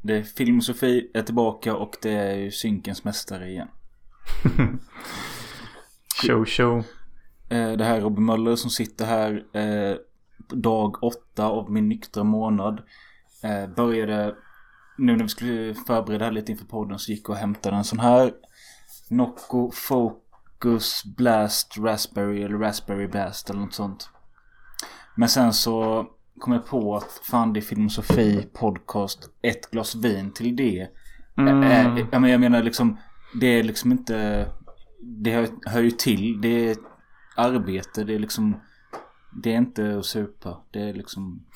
Det är Filmosofi är tillbaka och det är ju synkens mästare igen. Show. Det här är Robin Möller som sitter här dag 8 av min nyktra månad. Började, nu när vi skulle förbereda här lite inför podden, så gick jag och hämtade en sån här Nocco Focus Blast Raspberry eller Raspberry Blast eller något sånt. Men sen så kom jag på att fan, det är Filmosofi podcast, ett glas vin till det. Jag menar liksom, det är liksom inte, det hör ju till, det är arbete, det är liksom, det är inte att supa, det är liksom,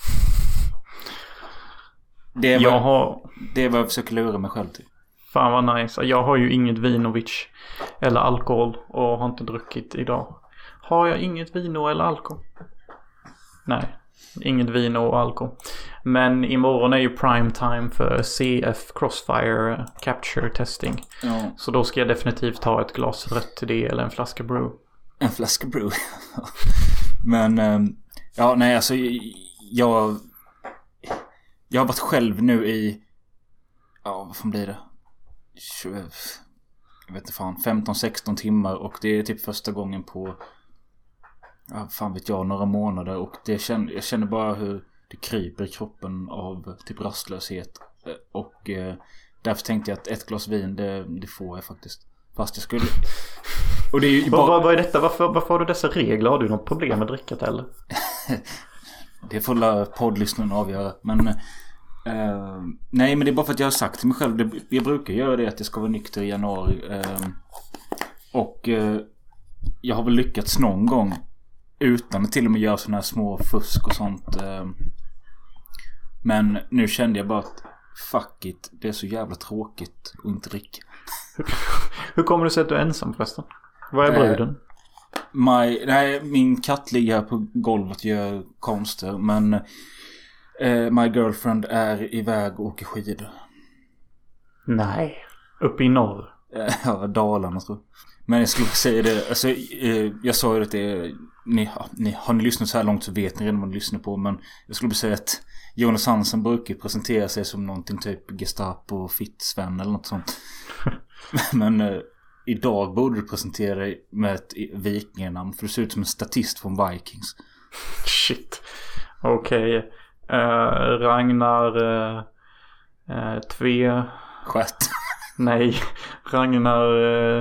det är vad jag försöker lura mig själv till. Fan vad nice. Jag har ju inget Vinovic eller alkohol och har inte druckit idag. Har jag inget vino eller alkohol? Nej, inget vino och alkohol. Men imorgon är ju prime time för CF Crossfire Capture Testing. Ja. Så då ska jag definitivt ta ett glas rött till det eller en flaska brew. En flaska brew. Men ja, nej, alltså jag har varit själv nu i, ja, vad fan blir det? Jag vet inte fan, 15-16 timmar, och det är typ första gången på, ja, fan vet jag, några månader, och jag känner bara hur det kryper i kroppen av typ rastlöshet, och därför tänkte jag att ett glas vin, det får jag faktiskt. Fast jag skulle, och det är ju bara... Vad är detta? Varför har du dessa regler? Har du något problem med drickat eller? Det får la poddlyssnaren avgöra. Men nej, men det är bara för att jag har sagt till mig själv, jag brukar göra det, att jag ska vara nykter i januari, och jag har väl lyckats någon gång utan att till och med göra såna här små fusk och sånt, men nu kände jag bara att fuck it, det är så jävla tråkigt att inte dricka. Hur kommer det sig att du är ensam förresten? Vad är bruden? Min katt ligger här på golvet och gör konster, men my girlfriend är iväg och åker skidor. Nej, uppe i norr. Ja, Dalarna tror jag. Men jag skulle säga det, alltså, jag sa ju att har ni lyssnat så här långt så vet ni redan vad ni lyssnar på, men jag skulle säga att Jonas Hansen brukar presentera sig som någonting typ Gestapo, Fittsven eller något sånt. Men idag borde du presentera dig med ett vikingarnamn, för du ser ut som en statist från Vikings. Shit. Okej. Ragnar Skett. Nej, Ragnar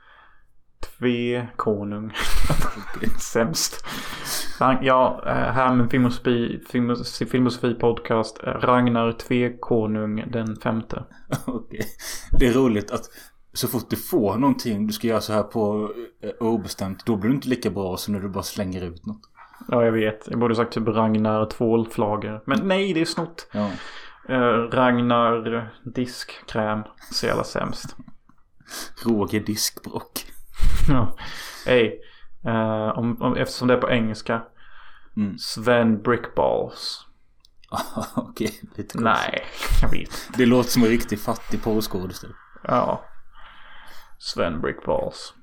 Konung. Sämst. Här med Filmosofi podcast, Ragnar Konung den 5:e. Okej. Det är roligt att så fort du får någonting du ska göra så här på obestämt, då blir du inte lika bra som när du bara slänger ut något. Ja, jag vet. Jag borde sagt typ Ragnar tvålflager. Men nej, det är snott. Ja. Ragnar diskkräm. Så jävla sämst. Roger diskbrock. Ja. Hej. Eftersom det är på engelska. Sven Brickballs. Okej, lite konstigt. Nej, jag vet. Det låter som en riktigt fattig porrskådespel. Ja. Sven Brickballs.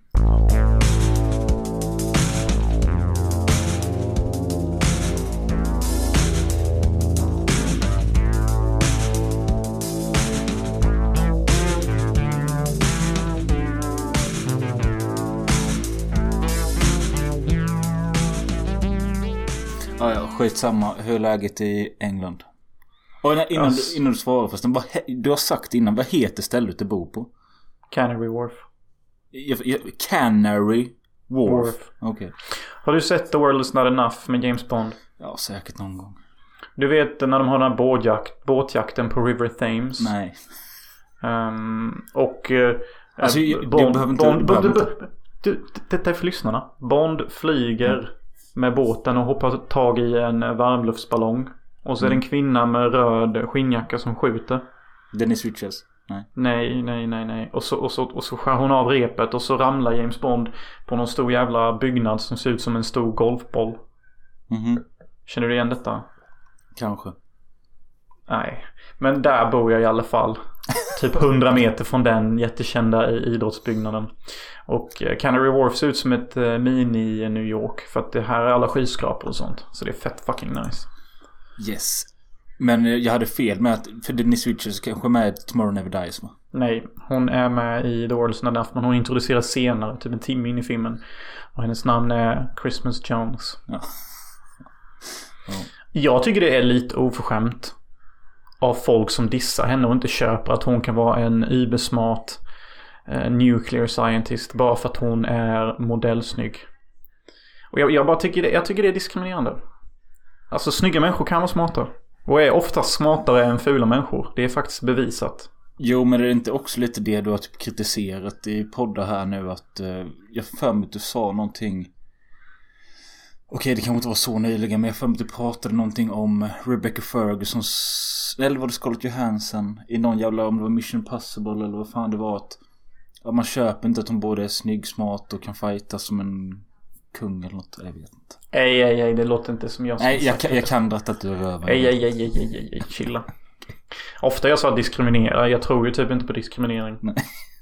Ja, skitsamma. Hur är läget i England? Och innan du svarar förresten, du har sagt innan, vad heter stället du bor på? Canary Wharf. Canary Wharf. Okay. Har du sett The World Is Not Enough med James Bond? Ja, säkert någon gång. Du vet när de har den här båtjakten på River Thames? Nej. Och alltså, detta är för lyssnarna. Bond flyger med båten och hoppar tag i en varmluftsballong. Och så är det en kvinna med röd skinnjacka som skjuter. Dennis Richards. Nej. Och så skär hon av repet och så ramlar James Bond på någon stor jävla byggnad som ser ut som en stor golfboll. Känner du igen detta? Kanske. Nej. Men där bor jag i alla fall. Typ 100 meter från den jättekända idrottsbyggnaden. Och Canary Wharf ser ut som ett mini New York. För att det här är alla skyskrapor och sånt. Så det är fett fucking nice. Yes. Men jag hade fel med att, för Denise Richards kanske är med i Tomorrow Never Dies, va? Nej, hon är med i The World's Not Enough, men hon introduceras senare, typ en timme in i filmen. Och hennes namn är Christmas Jones. Ja. Jag tycker det är lite oförskämt av folk som dissar henne och inte köper att hon kan vara en übersmart nuclear scientist bara för att hon är modellsnygg. Och jag tycker det är diskriminerande. Alltså snygga människor kan vara smarta. Och är oftast smartare än fula människor. Det är faktiskt bevisat. Jo, men det är inte också lite det du har typ kritiserat i poddar här nu, att jag för mig att du sa någonting. Okej, det kanske inte var så nyligen, men jag för mig att du pratade någonting om Rebecca Fergusons, eller var det Scarlett Johansson i någon jävla, om det var Mission Impossible eller vad fan det var, att man köper inte att hon både är snygg, smart och kan fighta som en kung eller något, jag vet inte. Nej, det låter inte som jag. Nej, jag kan dra att du rövar. Nej, chilla. Ofta jag sa diskriminera, jag tror ju typ inte på diskriminering. Nej.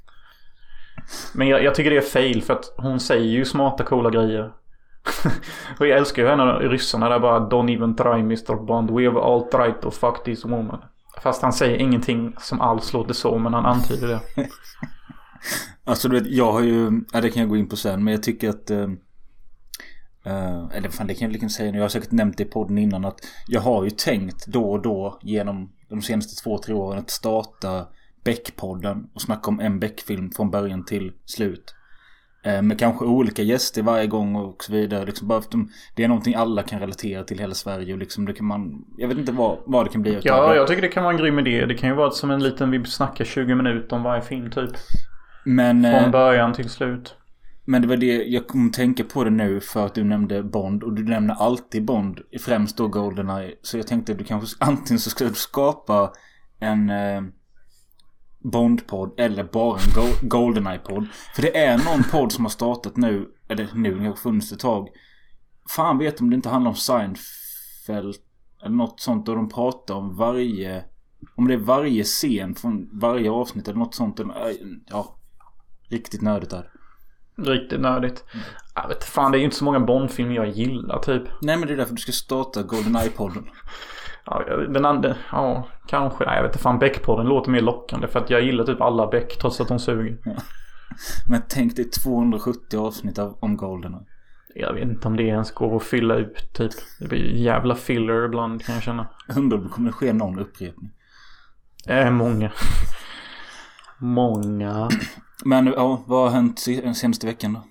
Men jag tycker det är fail, för att hon säger ju smarta, coola grejer. Och jag älskar ju henne, ryssarna där bara, don't even try Mr. Bond, we have all tried to fuck this woman. Fast han säger ingenting som alls låter så, men han antyder det. Alltså du vet, jag har ju, det kan jag gå in på sen, men jag tycker att eller fan, det kan jag liksom säga nu, jag har säkert nämnt det i podden innan, att jag har ju tänkt då och då genom de senaste 2-3 åren att starta Beck-podden och snacka om en Beck-film från början till slut, med kanske olika gäster varje gång och så vidare, liksom, bara för att det är någonting alla kan relatera till hela Sverige, och liksom det kan man, jag vet inte vad det kan bli. Ja, jag tycker det kan vara en grym idé. Det kan ju vara som en liten, vi snackar 20 minuter om varje film typ. Men från början till slut. Men det var det jag kom tänka på det nu, för att du nämnde Bond, och du nämner alltid Bond, främst då GoldenEye. Så jag tänkte att du kanske antingen så ska du skapa en Bond-podd eller bara en GoldenEye-podd. För det är någon podd som har startat nu, eller nu har funnits ett tag. Fan vet om det inte handlar om Seinfeld eller något sånt, och de pratar om om det är varje scen från varje avsnitt eller något sånt. Ja, riktigt nördigt där. Riktigt nördigt. Jag vet fan, det är ju inte så många Bond-filmer jag gillar typ. Nej, men det är därför du ska starta GoldenEye-podden. Ja, den andra, ja, kanske. Nej, jag vet inte fan, Beck-podden låter mer lockande, för att jag gillar typ alla Beck trots att de suger. Ja. Men tänk dig 270 avsnitt om GoldenEye. Jag vet inte om det ens går att fylla ut typ. Det blir jävla filler ibland, kan jag känna. Undrar om det kommer ske någon upprepning. Många. Men ja, vad har hänt den senaste veckan då?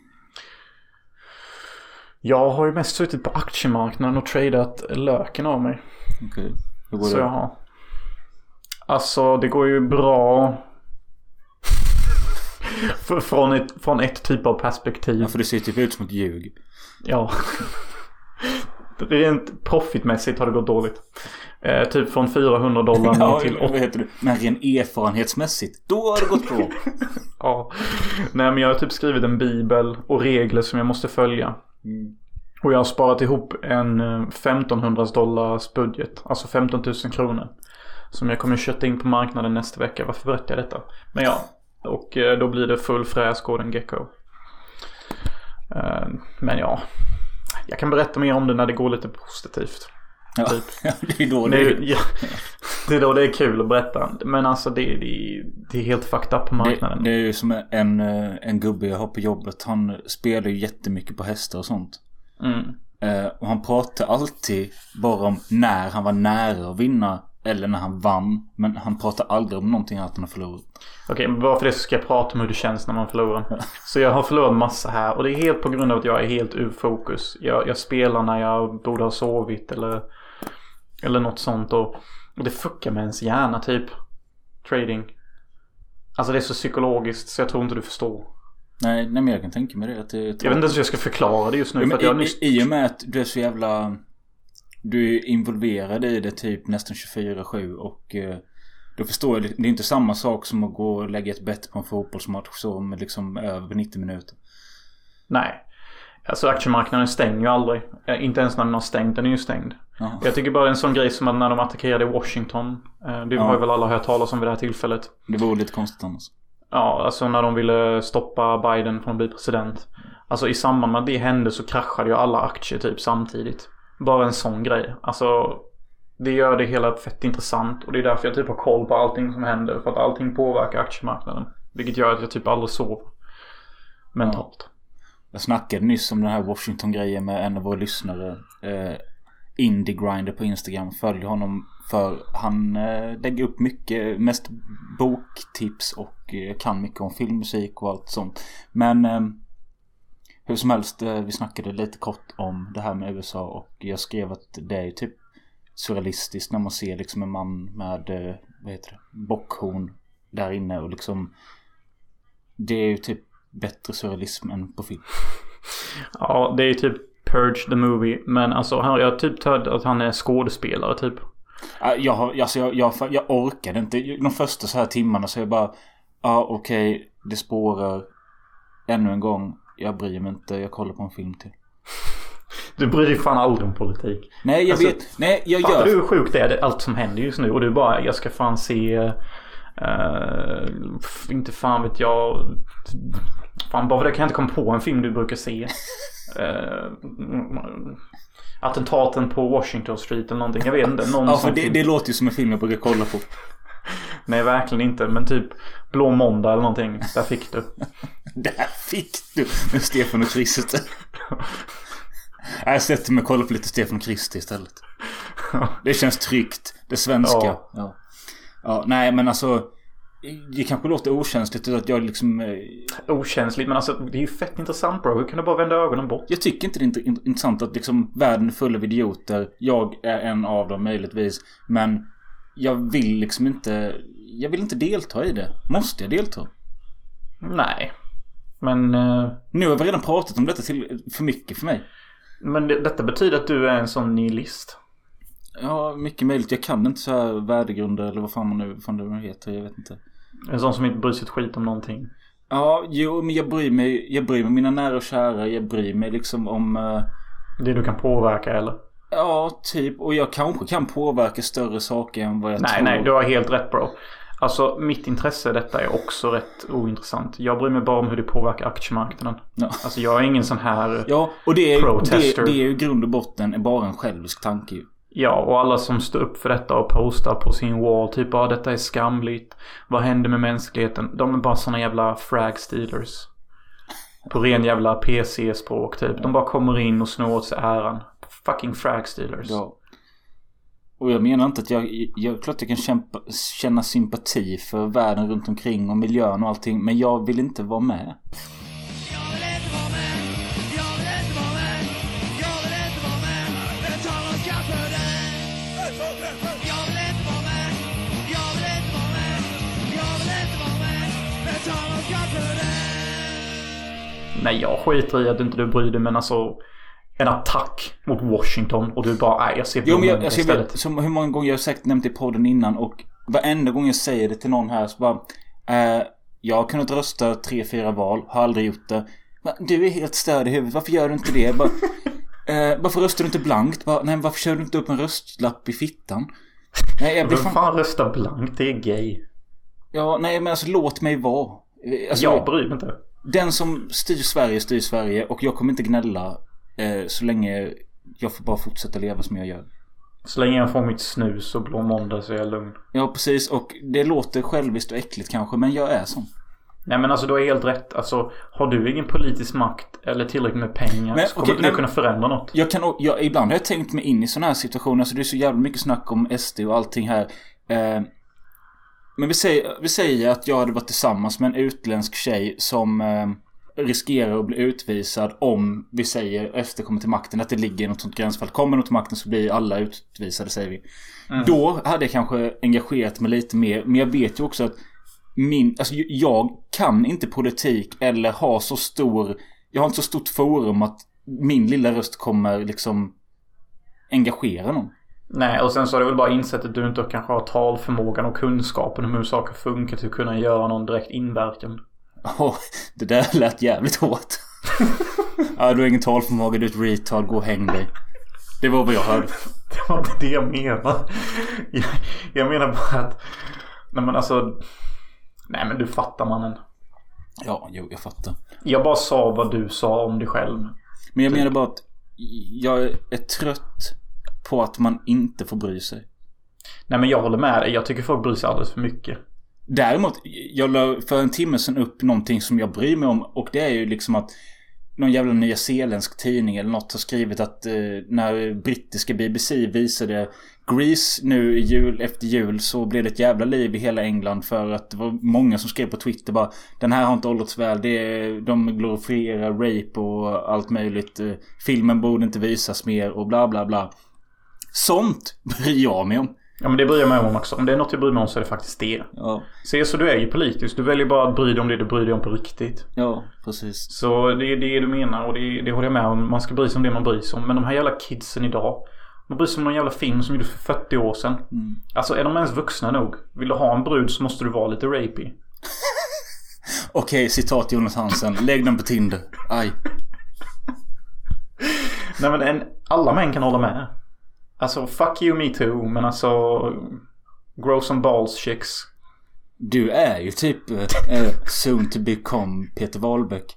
Jag har ju mest suttit på aktiemarknaden och tradat löken av mig. Okej, hur går det? Så jag har. Alltså, det går ju bra. från ett typ av perspektiv. Ja, för det ser typ ut som ett ljug. Ja. Rent profitmässigt har det gått dåligt. Typ från $400 ja, till 8. Vad heter det? Men ren erfarenhetsmässigt, då har det gått bra. Ja. Nej, men jag har typ skrivit en bibel och regler som jag måste följa. Och jag har sparat ihop en $1,500 budget. Alltså 15 000 kronor. Som jag kommer kötta in på marknaden nästa vecka. Varför berättar jag detta? Men ja. Och då blir det full fräs Golden Gecko. Men ja. Jag kan berätta mer om det när det går lite positivt. Ja, typ. det är då det är då det är kul att berätta. Men alltså det är helt fucked up på marknaden. Det är ju som en gubbe jag har på jobbet. Han spelar ju jättemycket på hästar och sånt. Och han pratar alltid bara om när han var nära att vinna eller när han vann. Men han pratar aldrig om någonting att han har förlorat. Okej, men bara för det så ska jag prata om hur det känns när man förlorar. Så jag har förlorat massa här. Och det är helt på grund av att jag är helt ur fokus. Jag spelar när jag borde ha sovit eller något sånt. Och det fuckar med ens hjärna typ. Trading. Alltså det är så psykologiskt så jag tror inte du förstår. Nej, men jag kan tänka mig det. Att jag vet inte ens hur jag ska förklara det just nu. Ja, för i och med att du är så jävla... Du är involverad i det typ nästan 24/7. Och då förstår jag, det är inte samma sak som att gå och lägga ett bett på en fotbollsmatch som liksom över 90 minuter. Nej. Alltså aktiemarknaden stänger ju aldrig. Inte ens när den har stängt, den är ju stängd. Aha. Jag tycker bara en sån grej som att när de attackerade Washington. Det har ju väl alla hört talas om vid det här tillfället. Det var lite konstigt annars. Ja, alltså när de ville stoppa Biden från att bli president. Alltså i samband med det hände så kraschade ju alla aktier typ samtidigt. Bara en sån grej. Alltså Det gör det hela fett intressant. Och det är därför jag typ har koll på allting som händer. För att allting påverkar aktiemarknaden. Vilket gör att jag typ aldrig sover mentalt. Ja. Jag snackade nyss om den här Washington-grejen med en av våra lyssnare. Indie Grinder på Instagram. Följ honom för han lägger upp mycket, mest boktips och kan mycket om filmmusik och allt sånt. Men hur som helst, vi snackade lite kort om det här med USA och jag skrev att det är ju typ surrealistiskt när man ser liksom en man med bockhorn där inne och liksom det är ju typ bättre surrealism än på film. Ja, det är typ Purge the Movie. Men alltså jag har typ hört att han är skådespelare typ. Jag orkade inte. De första så här timmarna så jag bara okej, det spårar ännu en gång. Jag bryr mig inte, jag kollar på en film till. Du bryr dig fan aldrig om politik. Nej, jag vet. Nej, jag gör. Du är sjuk, det är allt som händer just nu. Och du bara, jag ska fan se inte fan vet jag. Fan, bara för det kan jag inte komma på en film du brukar se. Attentaten på Washington Street eller någonting. Jag vet inte. För det låter ju som en film jag brukar kolla på. Nej, verkligen inte. Men typ Blå måndag eller någonting. Där fick du. Där fick du med Stefan och Krister. Jag sätter mig och kollar på lite Stefan och Krister istället. Det känns tryggt. Det svenska. Ja, nej men alltså det kanske låter okänsligt att jag liksom okänsligt, men alltså det är ju fett intressant bro. Hur kan du bara vända ögonen bort? Jag tycker inte det är intressant att liksom världen är full av idioter. Jag är en av dem möjligtvis. Men jag vill liksom inte. Jag vill inte delta i det. Måste jag delta? Nej. Men nu har vi redan pratat om detta till för mycket för mig. Men detta betyder att du är en sån nihilist. Ja, mycket möjligt. Jag kan inte så här värdegrunder eller vad fan det nu heter, jag vet inte. En sån som inte bryr sig ett skit om någonting. Ja, jo, men jag bryr mig om mina nära och kära. Jag bryr mig liksom om det du kan påverka eller? Ja, typ. Och jag kanske kan påverka större saker än vad jag tror. Nej, du har helt rätt bro. Alltså mitt intresse i detta är också rätt ointressant. Jag bryr mig bara om hur det påverkar aktiemarknaden. Ja. Alltså jag är ingen sån här och det är protester. Det är ju grund och botten bara en självisk tanke. Ja, och alla som står upp för detta och postar på sin wall typ detta är skamligt. Vad händer med mänskligheten? De är bara såna jävla frag stealers. På ren jävla PC-språk typ. De bara kommer in och snor åt sig äran. Fucking frag stealers. Ja. Och jag menar inte att jag klart jag kan känna sympati för världen runt omkring och miljön och allting, men jag vill inte vara med. Nej, jag skiter i att inte du bryr dig, men alltså en attack mot Washington och du bara, jag ser jo, men jag vet, som hur många gånger jag har sagt nämnt i podden innan och varenda gång jag säger det till någon här så bara jag har kunnat rösta 3-4 val, har aldrig gjort det. Men du är helt störd i huvudet, varför gör du inte det? Bara, varför röstar du inte blankt? Bara, nej, varför kör du inte upp en röstlapp i fittan? Nej, jag blir fan rösta blankt, det är gay. Ja, nej men alltså låt mig vara. Alltså, jag bryr mig inte. Den som styr Sverige och jag kommer inte gnälla så länge jag får bara fortsätta leva som jag gör. Så länge jag får mitt snus och Blå måndag så är jag lugn. Ja, precis. Och det låter själviskt och äckligt kanske, men jag är sån. Nej, men alltså du har helt rätt. Alltså, har du ingen politisk makt eller tillräckligt med pengar men, så kommer du kunna förändra något. Ibland har jag tänkt mig in i såna här situationer. Så det är så jävla mycket snack om SD och allting här. Men vi säger att jag hade varit tillsammans med en utländsk tjej som riskerar att bli utvisad om vi säger SD kommer till makten, att det ligger i något sånt gränsfall. Kommer något till makten så blir alla utvisade, säger vi. Då hade jag kanske engagerat mig lite mer. Men jag vet ju också att jag kan inte politik eller jag har inte så stort forum att min lilla röst kommer liksom engagera någon. Nej, och sen så har du väl bara insett att du inte kanske har talförmågan och kunskapen om hur saker funkar till att kunna göra någon direkt inverkan. Det där lät jävligt hårt. Ja, du har ingen talförmåga, du är ett retard, gå och häng dig. Det var vad jag hörde. Det var inte det jag menar. Jag menar bara att nej men du fattar mannen. Ja, jo, jag fattar. Jag bara sa vad du sa om dig själv. Men jag menar bara att jag är trött på att man inte får bry sig. Nej, men jag håller med dig. Jag tycker folk bryr sig alldeles för mycket. Däremot, jag la för en timme sedan upp någonting som jag bryr mig om. Och det är ju liksom att någon jävla nyzeeländsk tidning eller något har skrivit att när brittiska BBC visade Grease nu efter jul så blev det ett jävla liv i hela England, för att det var många som skrev på Twitter bara, den här har inte åldrats väl, de glorifierar rape och allt möjligt, filmen borde inte visas mer och bla bla bla. Sånt bryr jag mig om. Ja, men det bryr jag mig om också. Om det är något jag bryr mig om så är det faktiskt det. Ja. Så du är ju politisk. Du väljer bara att bry dig om det du bryr dig om på riktigt. Ja, precis. Så det är det du menar, och det håller jag med om. Man ska bry sig om det man bryr sig om. Men de här jävla kidsen idag, man bryr sig om någon jävla film som gjordes för 40 år sedan. Alltså, är de ens vuxna nog? Vill du ha en brud så måste du vara lite rapey. Okej, citat Jonas Hansen. Lägg den på Tinder. Aj. Nej, men alla män kan hålla med. Alltså, fuck you, me too. Men alltså, grow some balls, chicks. Du är ju typ soon to become Peter Wahlbeck.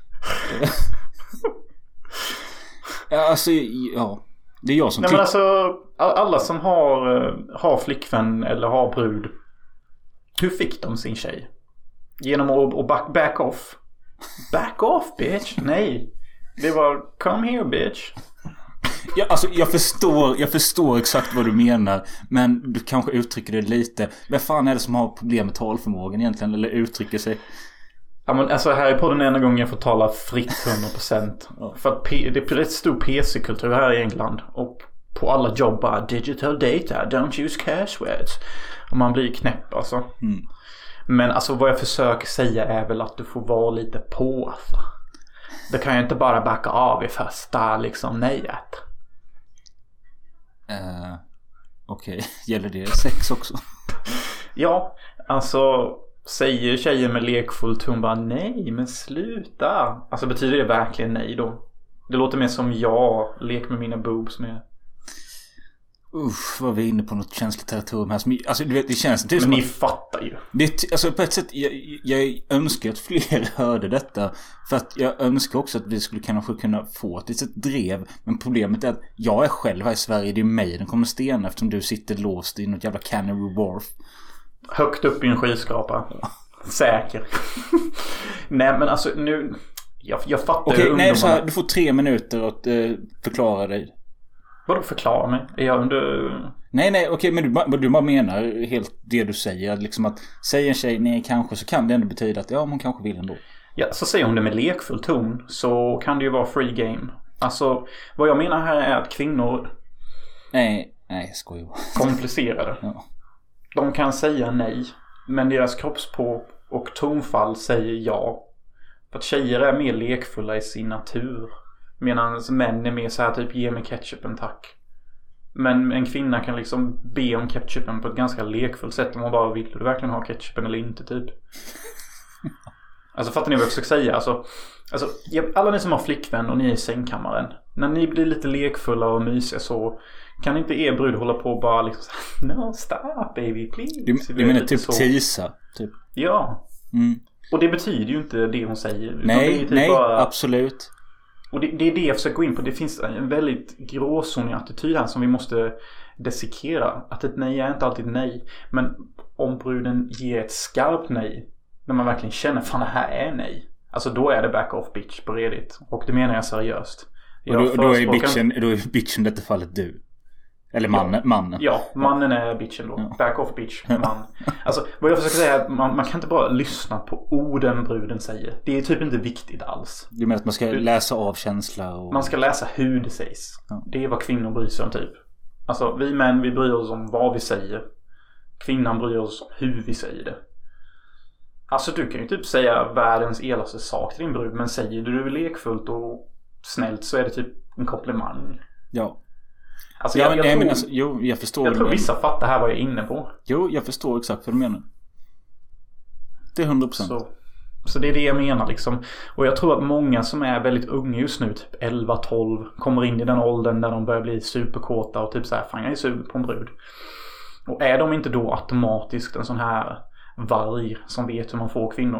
Ja, alltså, ja. Det är jag som Nej, men alltså, alla som har flickvän eller har brud, hur fick de sin tjej? Genom att back off. Back off, bitch. Nej. Det var come here, bitch. Ja, alltså, jag förstår exakt vad du menar, men du kanske uttrycker det lite. Vem fan är det som har problem med talförmågan egentligen, eller uttrycker sig? Ja, men alltså, här är podden ena gången jag får tala fritt 100%. Ja. För att det är rätt stor PC-kultur här i England. Och på alla jobb bara, digital data, don't use curse words. Och man blir knäpp alltså. Men alltså, vad jag försöker säga är väl att du får vara lite på alltså. Det kan ju inte bara backa av i första liksom nejet. Okej. Gäller det sex också? Ja, alltså, säger tjejer med lekfull ton bara, nej men sluta. Alltså, betyder det verkligen nej då? Det låter mer som jag lek med mina boobs med. Vad vi är inne på något känsligt territorium här. Alltså, du vet, det känns inte som men ni fattar ju. Alltså, på ett sätt, jag önskar att fler hörde detta. För att jag önskar också att vi skulle kanske kunna få ett litet drev. Men problemet är att jag är själv här i Sverige. Det är mig den kommer stena, eftersom du sitter låst i något jävla Canary Wharf. Högt upp i en skyskrapa. Säker. Nej, men alltså nu, jag fattar. Okej, nej, så här, du får 3 minuter att förklara dig. Vadå förklara mig? Är jag under... Nej, okej, men du bara menar helt det du säger. Liksom att säga en tjej nej kanske, så kan det ändå betyda att ja, hon kanske vill ändå. Ja, så säger hon det med lekfull ton, så kan det ju vara free game. Alltså, vad jag menar här är att kvinnor... Nej, jag skojar. Komplicerade. Ja. De kan säga nej, men deras kroppsspråk och tonfall säger ja. För att tjejer är mer lekfulla i sin natur. Medan män är mer så här typ, ge mig ketchupen tack. Men en kvinna kan liksom be om ketchupen på ett ganska lekfullt sätt. Om man bara, vill du verkligen ha ketchupen eller inte typ. Alltså, fattar ni vad jag försöker säga? Alltså, alla ni som har flickvän och ni är i sängkammaren, när ni blir lite lekfulla och mysiga så kan inte er brud hålla på och bara liksom, no stop baby please. Du menar typ tisa typ. Ja. Och det betyder ju inte det hon säger. Nej, typ bara... absolut. Och det är det jag försöker gå in på. Det finns en väldigt gråzonig attityd här som vi måste dissekera. Att ett nej är inte alltid nej. Men om bruden ger ett skarpt nej, när man verkligen känner, fan det här är nej, alltså då är det back off bitch på redigt. Och det menar jag seriöst. Och då är bitchen i detta fallet du. Eller mannen. Ja, mannen är bitchen då. Ja. Back off bitch, man. Alltså, vad jag försöker säga är att man kan inte bara lyssna på orden bruden säger. Det är typ inte viktigt alls. Du menar att man ska läsa av känsla och... Man ska läsa hur det sägs. Ja. Det är vad kvinnor bryr sig om typ. Alltså, vi män, vi bryr oss om vad vi säger. Kvinnan bryr oss om hur vi säger det. Alltså, du kan ju typ säga världens elaste sak till din brud, men säger du lekfullt och snällt så är det typ en komplimang. Ja. Alltså, jag förstår. Jag tror vissa fattar här vad jag är inne på. Jo, jag förstår exakt vad du menar. Det är 100%. Så det är det jag menar liksom. Och jag tror att många som är väldigt unga just nu, typ 11-12, kommer in i den åldern där de börjar bli superkåta och typ så här, fan jag är sugen på en brud. Och är de inte då automatiskt en sån här varg som vet hur man får kvinnor?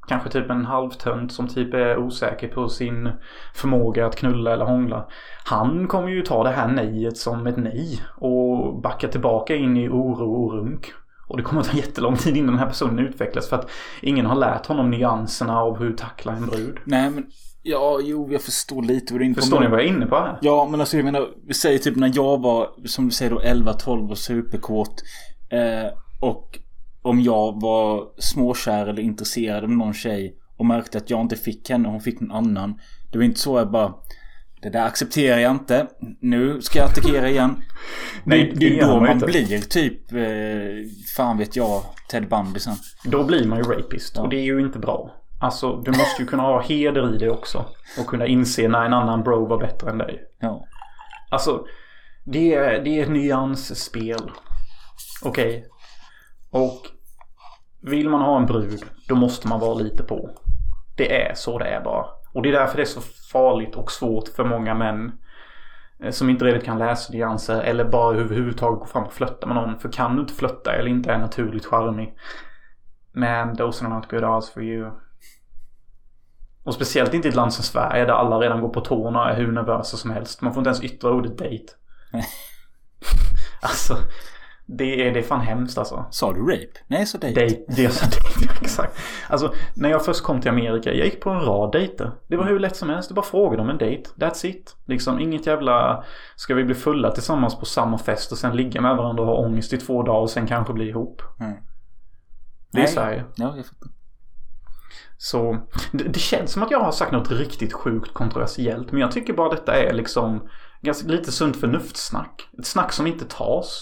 kanske typ en halvtönt som typ är osäker på sin förmåga att knulla eller hångla. Han kommer ju ta det här nejet som ett nej och backa tillbaka in i oro och runk. Och det kommer att ta jättelång tid innan den här personen utvecklas för att ingen har lärt honom nyanserna av hur tackla en brud. Nej, men jag förstår lite vad du är inne på. Förstår ni vad jag är inne på här? Ja, men alltså jag menar, vi säger typ när jag var, som du säger då, 11-12 och superkåt. Och om jag var småkär eller intresserad av någon tjej och märkte att jag inte fick henne och hon fick någon annan. Det var inte så jag bara, det där accepterar jag inte. Nu ska jag attackera igen. Nej, det är då man blir typ, fan vet jag, Ted Bundy sen. Då blir man ju rapist och det är ju inte bra. Alltså, du måste ju kunna ha heder i det också. Och kunna inse när en annan bro var bättre än dig. Ja. Alltså, det är ett nyansspel. Okej. Och vill man ha en brud, då måste man vara lite på. Det är så det är bara. Och det är därför det är så farligt och svårt för många män som inte redan kan läsa nyanser eller bara överhuvudtaget gå fram och flirta med någon. För kan du inte flirta eller inte är naturligt charmig, man, those are not good odds for you. Och speciellt inte i ett land som Sverige där alla redan går på tårna och är hur nervösa som helst. Man får inte ens yttra ordet date. Alltså, det är fan hemskt alltså. Sa du rape? Nej, så date. Det är så date, exakt. Alltså, när jag först kom till Amerika, jag gick på en rad dejter. Det var hur lätt som helst, du bara frågade om en dejt. That's it. Liksom, inget jävla, ska vi bli fulla tillsammans på samma fest och sen ligga med varandra och ha ångest i 2 dagar och sen kanske bli ihop. Det är Sverige. Ja, jag fattar. Så det känns som att jag har sagt något riktigt sjukt kontroversiellt. Men jag tycker bara detta är liksom ganska lite sunt förnuftssnack. Ett snack som inte tas.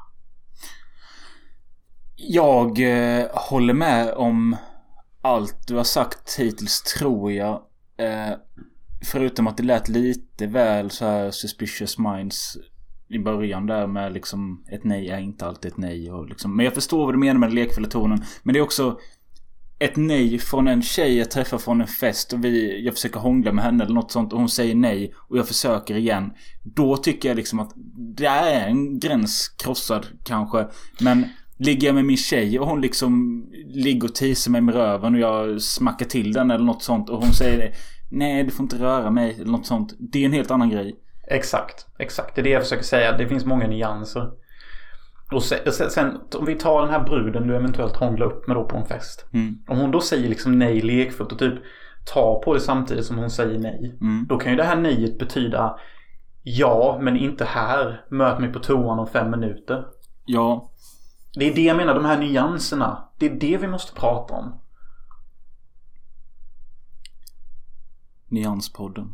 Jag håller med om allt du har sagt hittills, tror jag. Förutom att det lät lite väl så här suspicious minds i början där med liksom ett nej är inte alltid ett nej. Och liksom, men jag förstår vad du menar med den lekfulla tonen. Men det är också ett nej från en tjej jag träffar från en fest och jag försöker hångla med henne eller något sånt och hon säger nej och jag försöker igen. Då tycker jag liksom att det är en gräns krossad kanske. Men ligger jag med min tjej och hon liksom ligger och teaser mig med röven och jag smackar till den eller något sånt och hon säger nej, du får inte röra mig eller något sånt. Det är en helt annan grej. Exakt. Det är det jag försöker säga. Det finns många nyanser. Och sen om vi tar den här bruden du eventuellt hånglar upp med då på en fest. Om hon då säger liksom nej lekfullt och typ tar på det samtidigt som hon säger nej. Då kan ju det här nejet betyda ja, men inte här. Möt mig på toan om 5 minuter. Ja. Det är det jag menar, de här nyanserna. Det är det vi måste prata om. Nyanspodden.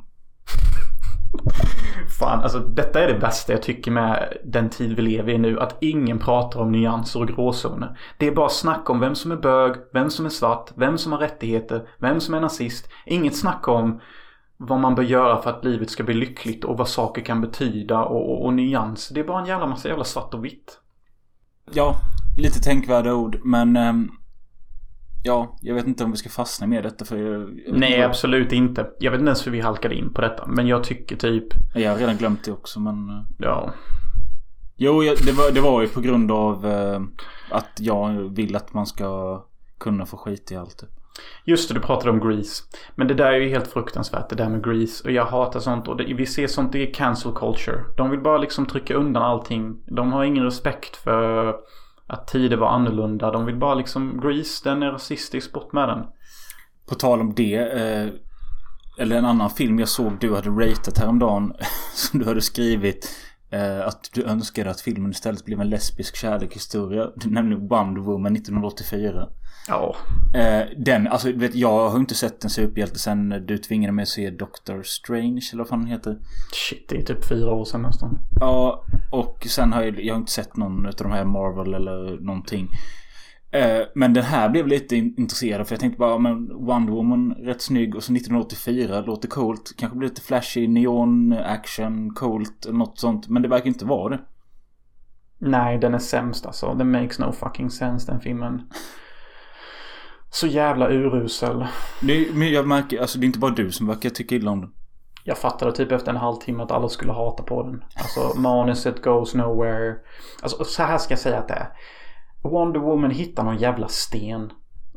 Fan, alltså detta är det bästa jag tycker med den tid vi lever i nu. Att ingen pratar om nyanser och gråzoner. Det är bara snack om vem som är bög, vem som är svart, vem som har rättigheter, vem som är nazist. Inget snack om vad man bör göra för att livet ska bli lyckligt och vad saker kan betyda och nyans. Det är bara en jävla massa jävla svart och vitt. Ja, lite tänkvärda ord, men ja, jag vet inte om vi ska fastna med detta för nej, absolut inte. Jag vet inte ens hur vi halkade in på detta, men jag tycker typ jag har redan glömt det också, men ja. Jo, det var ju på grund av att jag vill att man ska kunna få skit i allt. Just det, du pratade om Grease. Men det där är ju helt fruktansvärt, det där med Grease. Och jag hatar sånt. Och vi ser sånt, det är cancel culture. De vill bara liksom trycka undan allting. De har ingen respekt för att tider var annorlunda. De vill bara liksom, Grease, den är rasistisk, bort med den. På tal om det, eller en annan film jag såg du hade ratat häromdagen, som du hade skrivit att du önskade att filmen istället blev en lesbisk kärlekshistoria, nämligen Wonder Woman 1984. Ja. Den, alltså vet, jag har inte sett en superhjälte sen du tvingade mig att se Doctor Strange eller vad fan han heter. Shit, det är typ 4 år sedan nästan. Ja, och sen har jag inte sett någon av de här Marvel eller någonting. Men den här blev lite intresserad för jag tänkte bara, men Wonder Woman rätt snygg och så 1984 låter coolt, kanske blir lite flashy, neon action, coolt eller något sånt, men det verkar inte vara det. Nej, den är sämst alltså. Den makes no fucking sense, den filmen. Så jävla urusel. Men jag märker, alltså det är inte bara du som verkar tycka illa om den. Jag fattade typ efter en halvtimme att alla skulle hata på den. Alltså manuset goes nowhere. Alltså så här ska jag säga att det är. Wonder Woman hittar någon jävla sten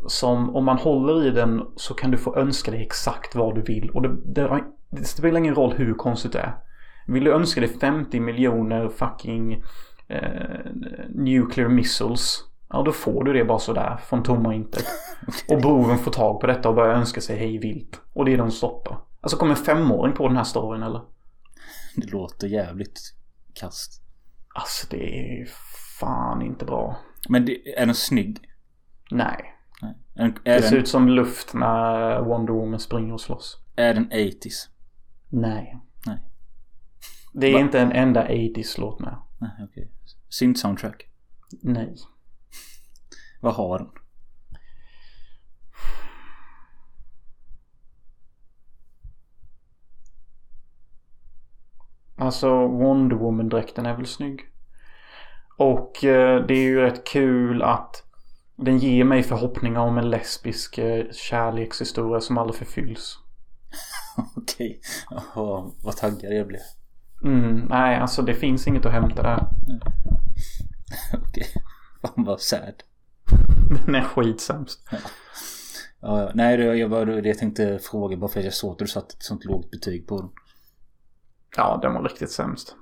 som om man håller i den så kan du få önska dig exakt vad du vill. Och det spelar ingen roll hur konstigt det är. Vill du önska dig 50 miljoner fucking nuclear missiles, ja då får du det bara sådär från tomma intet. Och boven får tag på detta och börjar önska sig hej vilt. Och det är de stoppar. Alltså kommer en 5-åring på den här storyn eller? Det låter jävligt kast. Alltså det är fan inte bra. Men är den snygg? Nej. Det ser ut som luft när Wonder Woman springer och slåss. Är den 80s? Nej. Det är inte en enda 80s låt med. Nej, okej. Synth soundtrack? Nej. Vad har den? Alltså Wonder Woman-dräkten är väl snygg. Och det är ju rätt kul att den ger mig förhoppningar om en lesbisk kärlekshistoria som aldrig förfylls. Okej. Vad taggad jag blev. Nej, alltså det finns inget att hämta där. Okej. Fan vad sad. Den är skitsämst. Ja. Nej, jag tänkte fråga bara för att jag såg att du satt ett sånt lågt betyg på den. Ja, den var riktigt sämst.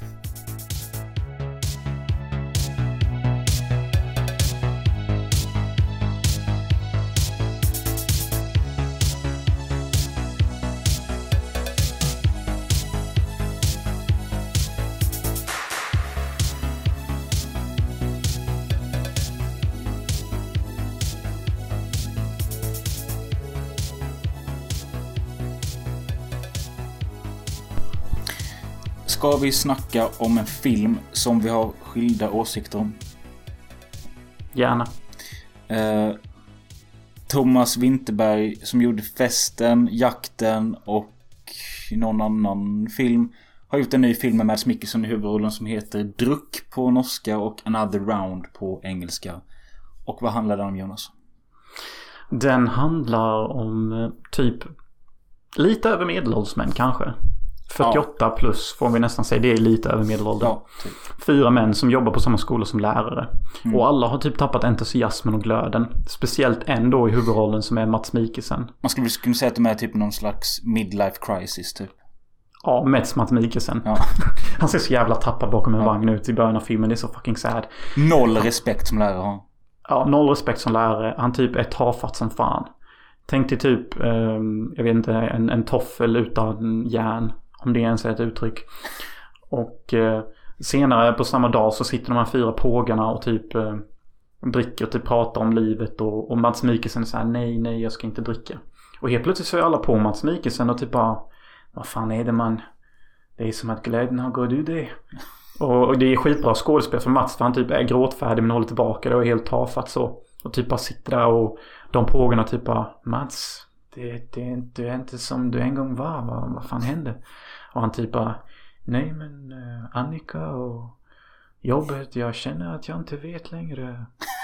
Ska vi snacka om en film som vi har skilda åsikter om? Gärna. Thomas Winterberg som gjorde Festen, Jakten och någon annan film har gjort en ny film med Mads Mikkelsen i huvudrollen som heter Druck på norska och Another Round på engelska. Och vad handlar den om, Jonas? Den handlar om typ lite över medelålders kanske. 48 plus får vi nästan säga. Det är lite över medelåldern. Ja, typ. 4 män som jobbar på samma skola som lärare. Och alla har typ tappat entusiasmen och glöden. Speciellt en då i huvudrollen som är Mads Mikkelsen. Man skulle kunna säga att de är typ någon slags midlife crisis typ. Ja, Mads Mikkelsen. Ja. Han ser så jävla tappad bakom en vagn ut i början av filmen. Det är så fucking sad. Noll respekt som lärare har. Ja, noll respekt som lärare. Han typ är tafatt som fan. Tänk dig typ, jag vet inte, en toffel utan järn. Om det ens är ett uttryck. Och senare på samma dag så sitter de här 4 pågarna och typ dricker och typ pratar om livet. Och Mads Mikkelsen säger nej, jag ska inte dricka. Och helt plötsligt så är alla på Mads Mikkelsen och typ bara, vad fan är det man? Det är som att glädjen har gått ur det. Och det är skitbra skådespel för Mats, för han typ är gråtfärdig men håller tillbaka det och är helt tafatt så. Och typ bara sitter där och de pågarna typ bara, Mats, du är inte som du en gång var. Vad fan hände? Och han typ bara, nej men Annika och jobbet, jag känner att jag inte vet längre.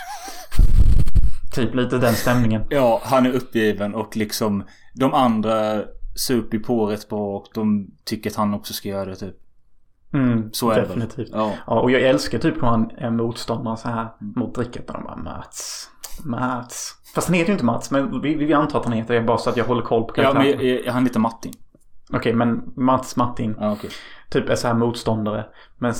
Typ lite den stämningen. Ja, han är uppgiven och liksom de andra super på rätt bra och de tycker att han också ska göra det typ. Så är definitivt. Det väl. Ja, och jag älskar typ hur han är motståndare så här mot dricket och de bara, Mats. Fast han heter ju inte Mats, men vi antar att han heter det bara så att jag håller koll på karaktären. Ja, men han heter Martin. Okej, men Martin typ är så här motståndare. Men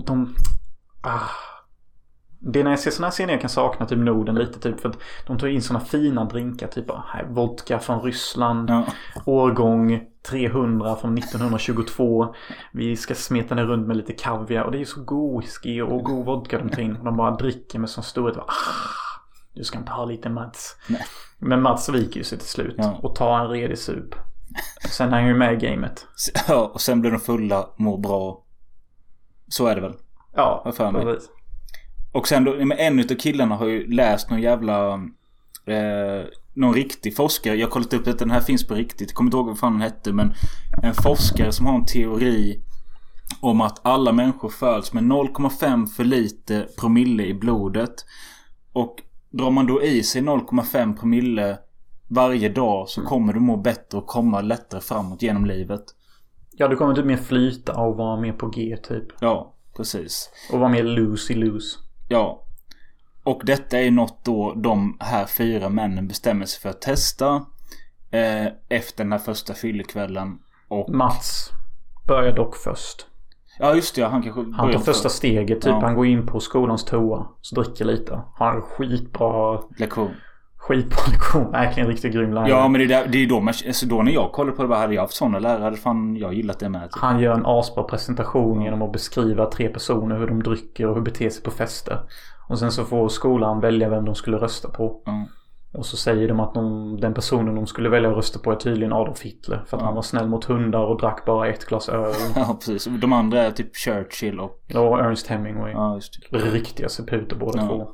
det är när jag ser såna här scener jag kan sakna typ Norden lite typ, för att de tar in såna fina drinkar typ här, vodka från Ryssland, årgång 300 från 1922. Vi ska smeta den runt med lite kaviar och det är så god whisky och god vodka de tar in. De bara dricker med sån storhet. Du ska inte ha lite Mats. Nej. Men Mats viker ju sig till slut och tar en redig sup. Sen är han ju med i gamet. Ja, och sen blir de fulla, mår bra. Så är det väl? Ja, precis. Och sen då, en utav killarna har ju läst någon jävla någon riktig forskare. Jag har kollat upp att den här finns på riktigt. Jag kommer inte ihåg vad fan den hette, men en forskare som har en teori om att alla människor föds med 0,5 för lite promille i blodet. Och drar man då i sig 0,5 promille varje dag så kommer du må bättre och komma lättare framåt genom livet. Ja, du kommer typ mer flyta och vara mer på G typ. Ja, precis. Och vara mer loose. Ja. Och detta är något då de här 4 männen bestämmer sig för att testa efter den här första fyllekvällen. Och Mats börjar dock först. Ja just det, han tar första steget typ. Han går in på skolans toa, så dricker lite. Har en skitbra lektion, verkligen riktigt grym lärare. Ja men det är då alltså då när jag kollade på det, hade jag haft sådana lärare hade fan jag gillat det med typ. Han gör en asbra presentation genom att beskriva 3 personer, hur de dricker och hur beter sig på fester. Och sen så får skolan välja vem de skulle rösta på. Och så säger de att den personen de skulle välja att rösta på är tydligen Adolf Hitler. För att han var snäll mot hundar och drack bara 1 glas öl. Ja, precis. De andra är typ Churchill och Ernest Hemingway. Ja, just det. Riktiga seputer båda två.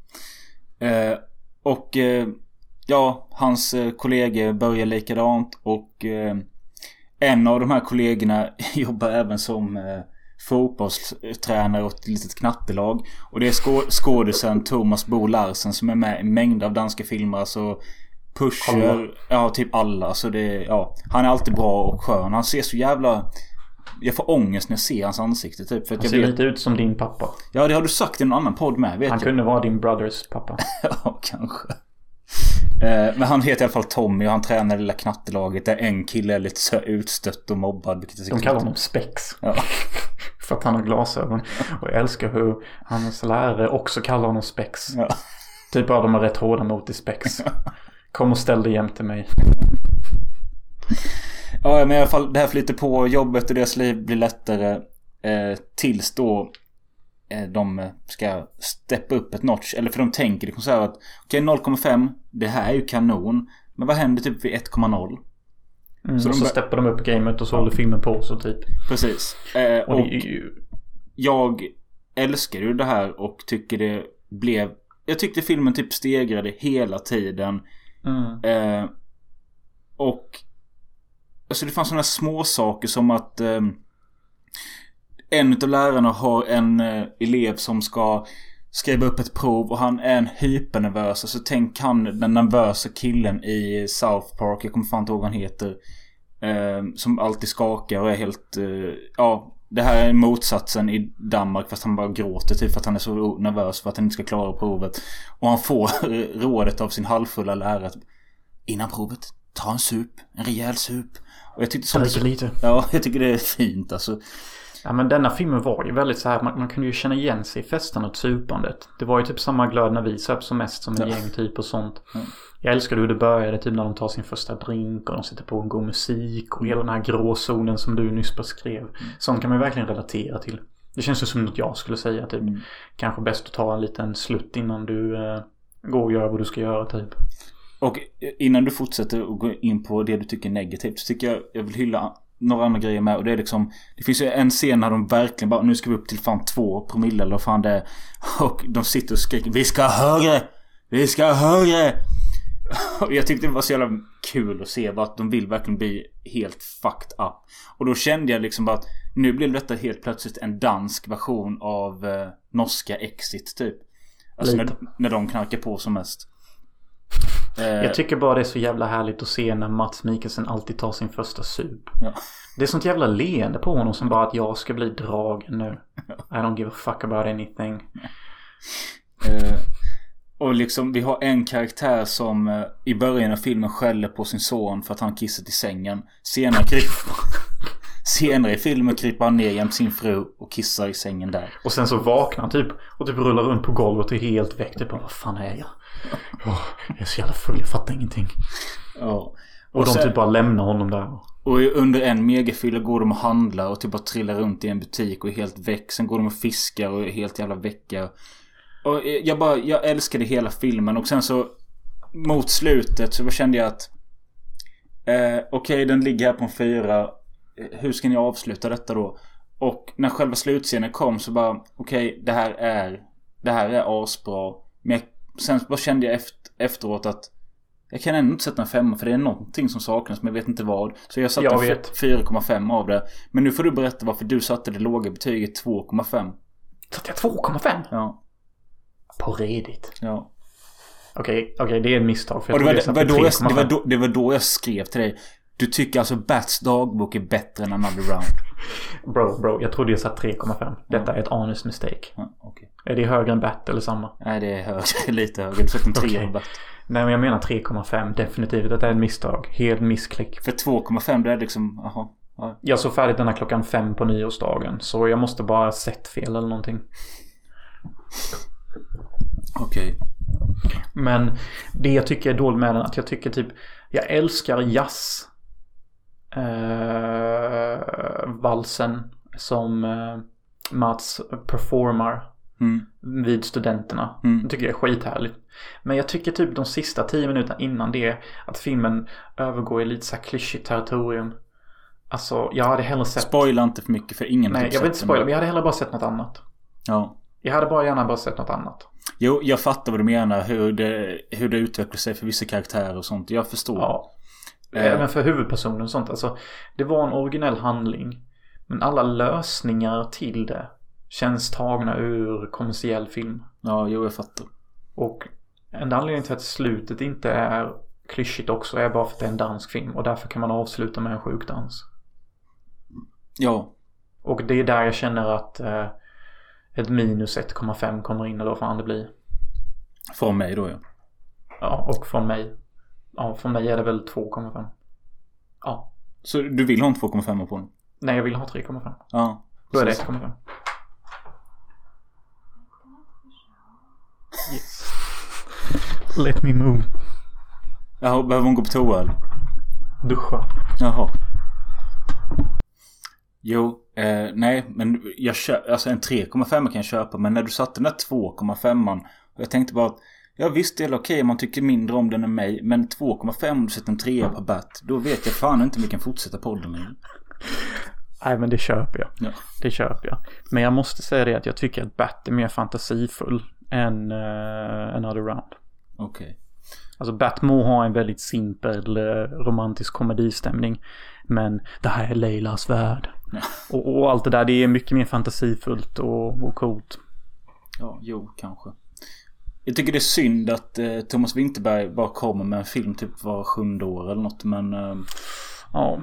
Hans kollegor börjar likadant. Och en av de här kollegorna jobbar även som fotbollstränare åt ett litet knattelag. Och det är skådisen Thomas Bo Larsen som är med i mängder av danska filmer. Alltså Pusher, typ alla. Så han är alltid bra och skön. Han ser så jävla... Jag får ångest när jag ser hans ansikte typ, för att han ser lite ut som din pappa. Ja, det har du sagt i en annan podd med, vet han jag. Kunde vara din brothers pappa. Ja, kanske. Men han heter i alla fall Tommy och han tränar det lilla knattelaget där en kille är lite så utstött och mobbad. De kallar honom Spex. Ja. För att han har glasögon. Och jag älskar hur hans lärare också kallar honom Spex. Ja. Typ av de är rätt hårda mot i Spex. Kom och ställ dig jämte mig. Ja, men i alla fall det här flyter på, jobbet och deras liv blir lättare tills då de ska steppa upp ett notch. Eller för de tänker liksom så här att okej, 0,5, det här är ju kanon. Men vad händer typ vid 1,0? Så steppar de upp gamet och så håller filmen på så typ. Precis. Och jag älskar ju det här och tycker det blev... Jag tyckte filmen typ stegrade hela tiden. Och alltså det fanns sådana små saker som att en av lärarna har en elev som ska skriva upp ett prov och han är en hypernervös. Alltså tänk han den nervösa killen i South Park, jag kommer fan inte ihåg vad han heter, som alltid skakar och är helt det här är motsatsen i Danmark, fast han bara gråter typ för att han är så nervös för att han inte ska klara provet. Och han får rådet av sin halvfulla lärare att innan provet, ta en sup, en rejäl sup. Och jag tyckte lite. Ja, jag tycker det är fint alltså. Ja, men denna filmen var ju väldigt så här, man kunde ju känna igen sig i festen och supandet. Det var ju typ samma glöd när vi söp som mest som en gäng typ och sånt. Jag älskade hur det började typ när de tar sin första drink och de sitter på en god musik och hela den här gråzonen som du nyss beskrev. Sånt kan man ju verkligen relatera till. Det känns ju som något jag skulle säga typ. Kanske bäst att ta en liten slutt innan du går och gör vad du ska göra typ. Och innan du fortsätter att gå in på det du tycker är negativt, så tycker jag vill hylla några andra grejer med. Och det är liksom, det finns ju en scen när de verkligen bara, nu ska vi upp till fan 2 promille eller vad fan det är. Och de sitter och skriker, vi ska högre. Och jag tyckte det var så jävla kul att se bara att de vill verkligen bli helt fucked up. Och då kände jag liksom bara att nu blev detta helt plötsligt en dansk version av norska Exit typ. Alltså när de knarkar på som mest. Jag tycker bara det är så jävla härligt att se när Mats Mikkelsen alltid tar sin första sup. Ja. Det är sånt jävla leende på honom som bara att jag ska bli dragen nu. I don't give a fuck about anything. Och liksom vi har en karaktär som i början av filmen skäller på sin son för att han kissat i sängen. Senare i filmen kryper han ner jämte sin fru och kissar i sängen där. Och sen så vaknar han typ och typ rullar runt på golvet och är helt väck. Typ, vad fan är jag? Jag är så jävla full, jag fattar ingenting. Ja. Och de sen, typ bara lämnar honom där. Och under en megafylla går de och handlar och typ bara trillar runt i en butik och är helt väck. Sen går de och fiskar och är helt jävla väcka. Och jag älskade hela filmen. Och sen så mot slutet så kände jag att okej, den ligger här på en 4. Hur ska ni avsluta detta då? Och när själva slutscenen kom så bara okej, det här är asbra. Men sen bara kände jag efteråt att jag kan ändå inte sätta en 5 för det är någonting som saknas men jag vet inte vad. Så jag satte 4,5 av det. Men nu får du berätta varför du satte det låga betyget 2,5. Satte jag 2,5? Ja. På Reddit? Ja. Okej, det är ett misstag. För och det var då jag skrev till dig. Du tycker alltså Bats dagbok är bättre än Another Round? Bro, jag trodde jag satt 3,5. Detta är ett honest mistake. Okay. Är det högre än Bat eller samma? Nej, det är högre, lite högre. Du satt en 3 av Bat. Nej, men jag menar 3,5 definitivt. Detta är ett misstag. Helt missklick. För 2,5 det är liksom, ja. Jag såg färdigt denna 5:00 på nyårsdagen. Så jag måste bara ha sett fel eller någonting. Okej. Men det jag tycker är dåligt med den, att jag tycker typ, jag älskar jazz. Valsen som Mats performar vid studenterna. Jag tycker det är skithärligt. Men jag tycker typ de sista 10 minuterna innan det, att filmen övergår i lite så här klyschigt territorium. Alltså, jag hade hellre sett... Spoila inte för mycket för ingen. Nej, jag vill inte spoila, men jag hade hellre bara sett något annat. Ja. Jag hade gärna sett något annat. Jo, jag fattar vad du menar. Hur det utvecklar sig för vissa karaktärer och sånt. Jag förstår. Ja. Även för huvudpersonen och sånt. Alltså, det var en originell handling. Men alla lösningar till det känns tagna ur kommersiell film. Ja, jo, jag fattar. Och en anledning till att slutet inte är klyschigt också är bara för att det är en dansk film. Och därför kan man avsluta med en sjukdans. Ja. Och det är där jag känner att ett minus 1,5 kommer in, eller vad fan det blir. Från mig då, ja. Ja, och från mig. Ja, från mig är det väl 2,5. Ja. Så du vill ha en 2,5 på den? Nej, jag vill ha 3,5. Ja. Då är det 1,5. Yes. Let me move. Jaha, behöver hon gå på toa eller? Duscha. Jaha. Jo, nej, men alltså en 3,5 kan jag köpa. Men när du satte den där 2,5, jag tänkte bara att ja visst, det är okej om man tycker mindre om den än mig. Men 2,5 om du sätter en 3 på Bat, då vet jag fan inte om vi kan fortsätta podden med. Nej, men det köper jag. Ja. Det köper jag. Men jag måste säga det att jag tycker att Bat är mer fantasifull än Another Round. Okej. Alltså Batman har en väldigt simpel romantisk komedistämning. Men det här är Leilas värld. Ja. Och allt det där, det är mycket mer fantasifullt och coolt. Ja, jo, kanske. Jag tycker det är synd att Thomas Winterberg bara kommer med en film typ var 7:e år eller något. Men ja.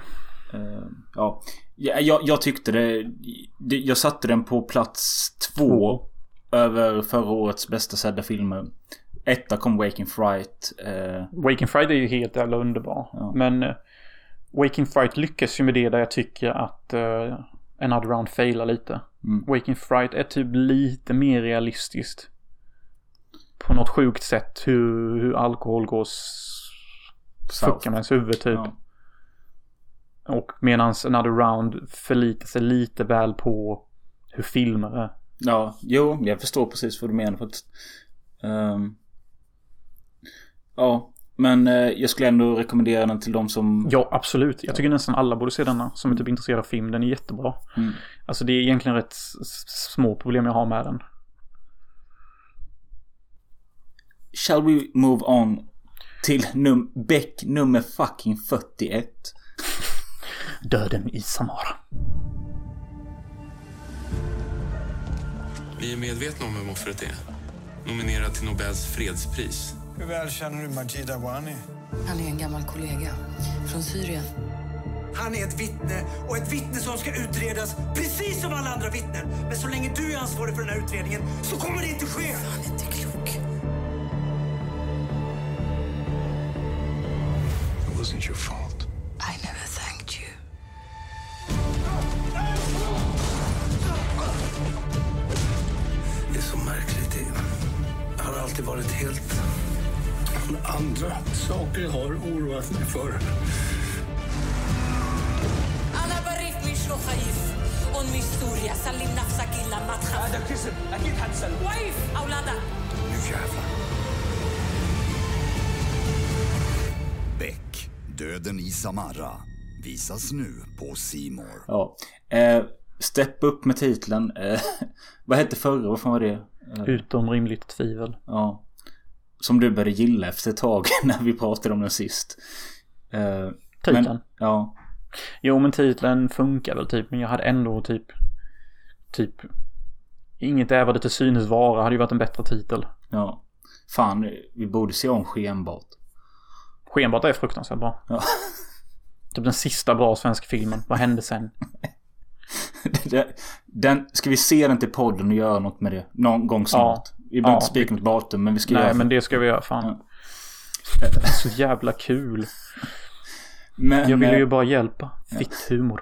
Jag tyckte det. Jag satte den på plats 2 över förra årets bästa sedda filmer. 1 kom Waking Fright. Waking Fright är ju helt jävla underbar. Ja. Men Waking Fright lyckas ju med det där jag tycker att Another Round failar lite. Waking Fright är typ lite mer realistiskt. På något sjukt sätt hur alkohol går fuckar med ens huvud typ. Ja. Och medans Another Round förlitar sig lite väl på hur filmer är. Ja, jo, jag förstår precis vad du menar faktiskt. Ja, men jag skulle ändå rekommendera den till de som... Ja, absolut. Jag tycker nästan alla borde se denna som är typ intresserade av film. Den är jättebra. Alltså det är egentligen rätt små problem jag har med den. Shall we move on till Beck nummer fucking 41? Döden i Samara. Vi är medvetna om vem offret är. Nominerad till Nobels fredspris. Hur väl känner du Majid Awani? Han är en gammal kollega från Syrien. Han är ett vittne, och ett vittne som ska utredas precis som alla andra vittnen. Men så länge du är ansvarig för den här utredningen så kommer det inte ske. Han är inte klok. It wasn't your fault. I never thanked you. Det är så märkligt. Det har alltid varit helt andra saker jag har oroat mig för. أنا بريف مش خايف on مستوريا سلم نفسك إلا ما تخاف هذا كذب أكيد حتسلم وقف أولادك Nu jävlar. Beck, Döden i Samara visas nu på C More. Ja. Step upp med titeln. Vad hette förra? Vad fan var det? Utom rimligt tvivel. Ja. Som du började gilla efter ett tag när vi pratade om den sist. Titeln? Men, ja. Jo, men titeln funkar väl typ. Men jag hade ändå typ inget är vad det till synes vara hade ju varit en bättre titel. Ja. Fan, vi borde se om Skenbart. Skenbart är fruktansvärt bra. Ja. Typ den sista bra svenska filmen. Vad hände sen? Ska vi se den till podden och göra något med det? Någon gång snart. Vi behöver inte spika något datum, men vi ska göra det. Nej, men det ska vi göra, fan. Ja. Det är så jävla kul. Men, jag vill ju bara hjälpa. Fitt humor.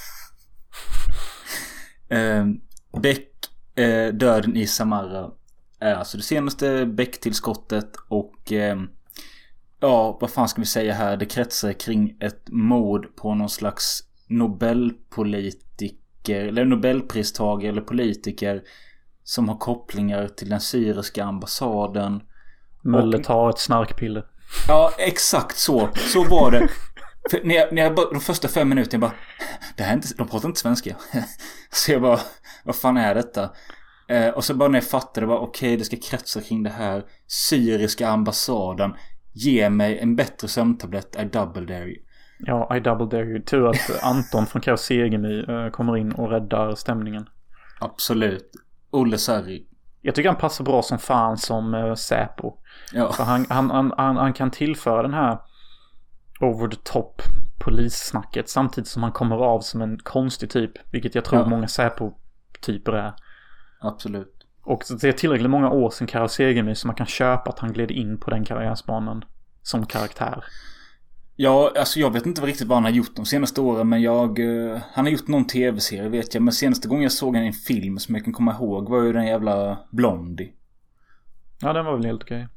Beck, döden i Samara är alltså det senaste Beck-tillskottet. Och ja, vad fan ska vi säga här? Det kretsar kring ett mord på någon slags Nobelpolitiker eller Nobelpristagare eller politiker som har kopplingar till den syriska ambassaden. Möller tar ett snarkpiller. Ja, exakt så var det. För när jag bara, de första 5 minuterna bara, det här är inte, de pratar inte svenska. Så jag bara, vad fan är detta? Och så bara när jag fattade, bara okej, det ska kretsa kring det här syriska ambassaden. Ge mig en bättre sömntablett, I double dare you. Ja, I double dare you. Tur att Anton från Kraus Segemi kommer in och räddar stämningen. Absolut. Olle Sarri. Jag tycker han passar bra som fan som Säpo. Ja. För han kan tillföra den här over the top polissnacket samtidigt som han kommer av som en konstig typ, vilket jag tror många Säpo-typer är. Absolut. Och det är tillräckligt många år sedan Kraus Segemi som man kan köpa att han gled in på den karriärsbanan som karaktär. Ja, alltså jag vet inte riktigt vad han har gjort de senaste åren, men han har gjort någon tv-serie vet jag, men senaste gången jag såg en film som jag kan komma ihåg var ju den jävla Blondie. Ja, den var väl helt okej.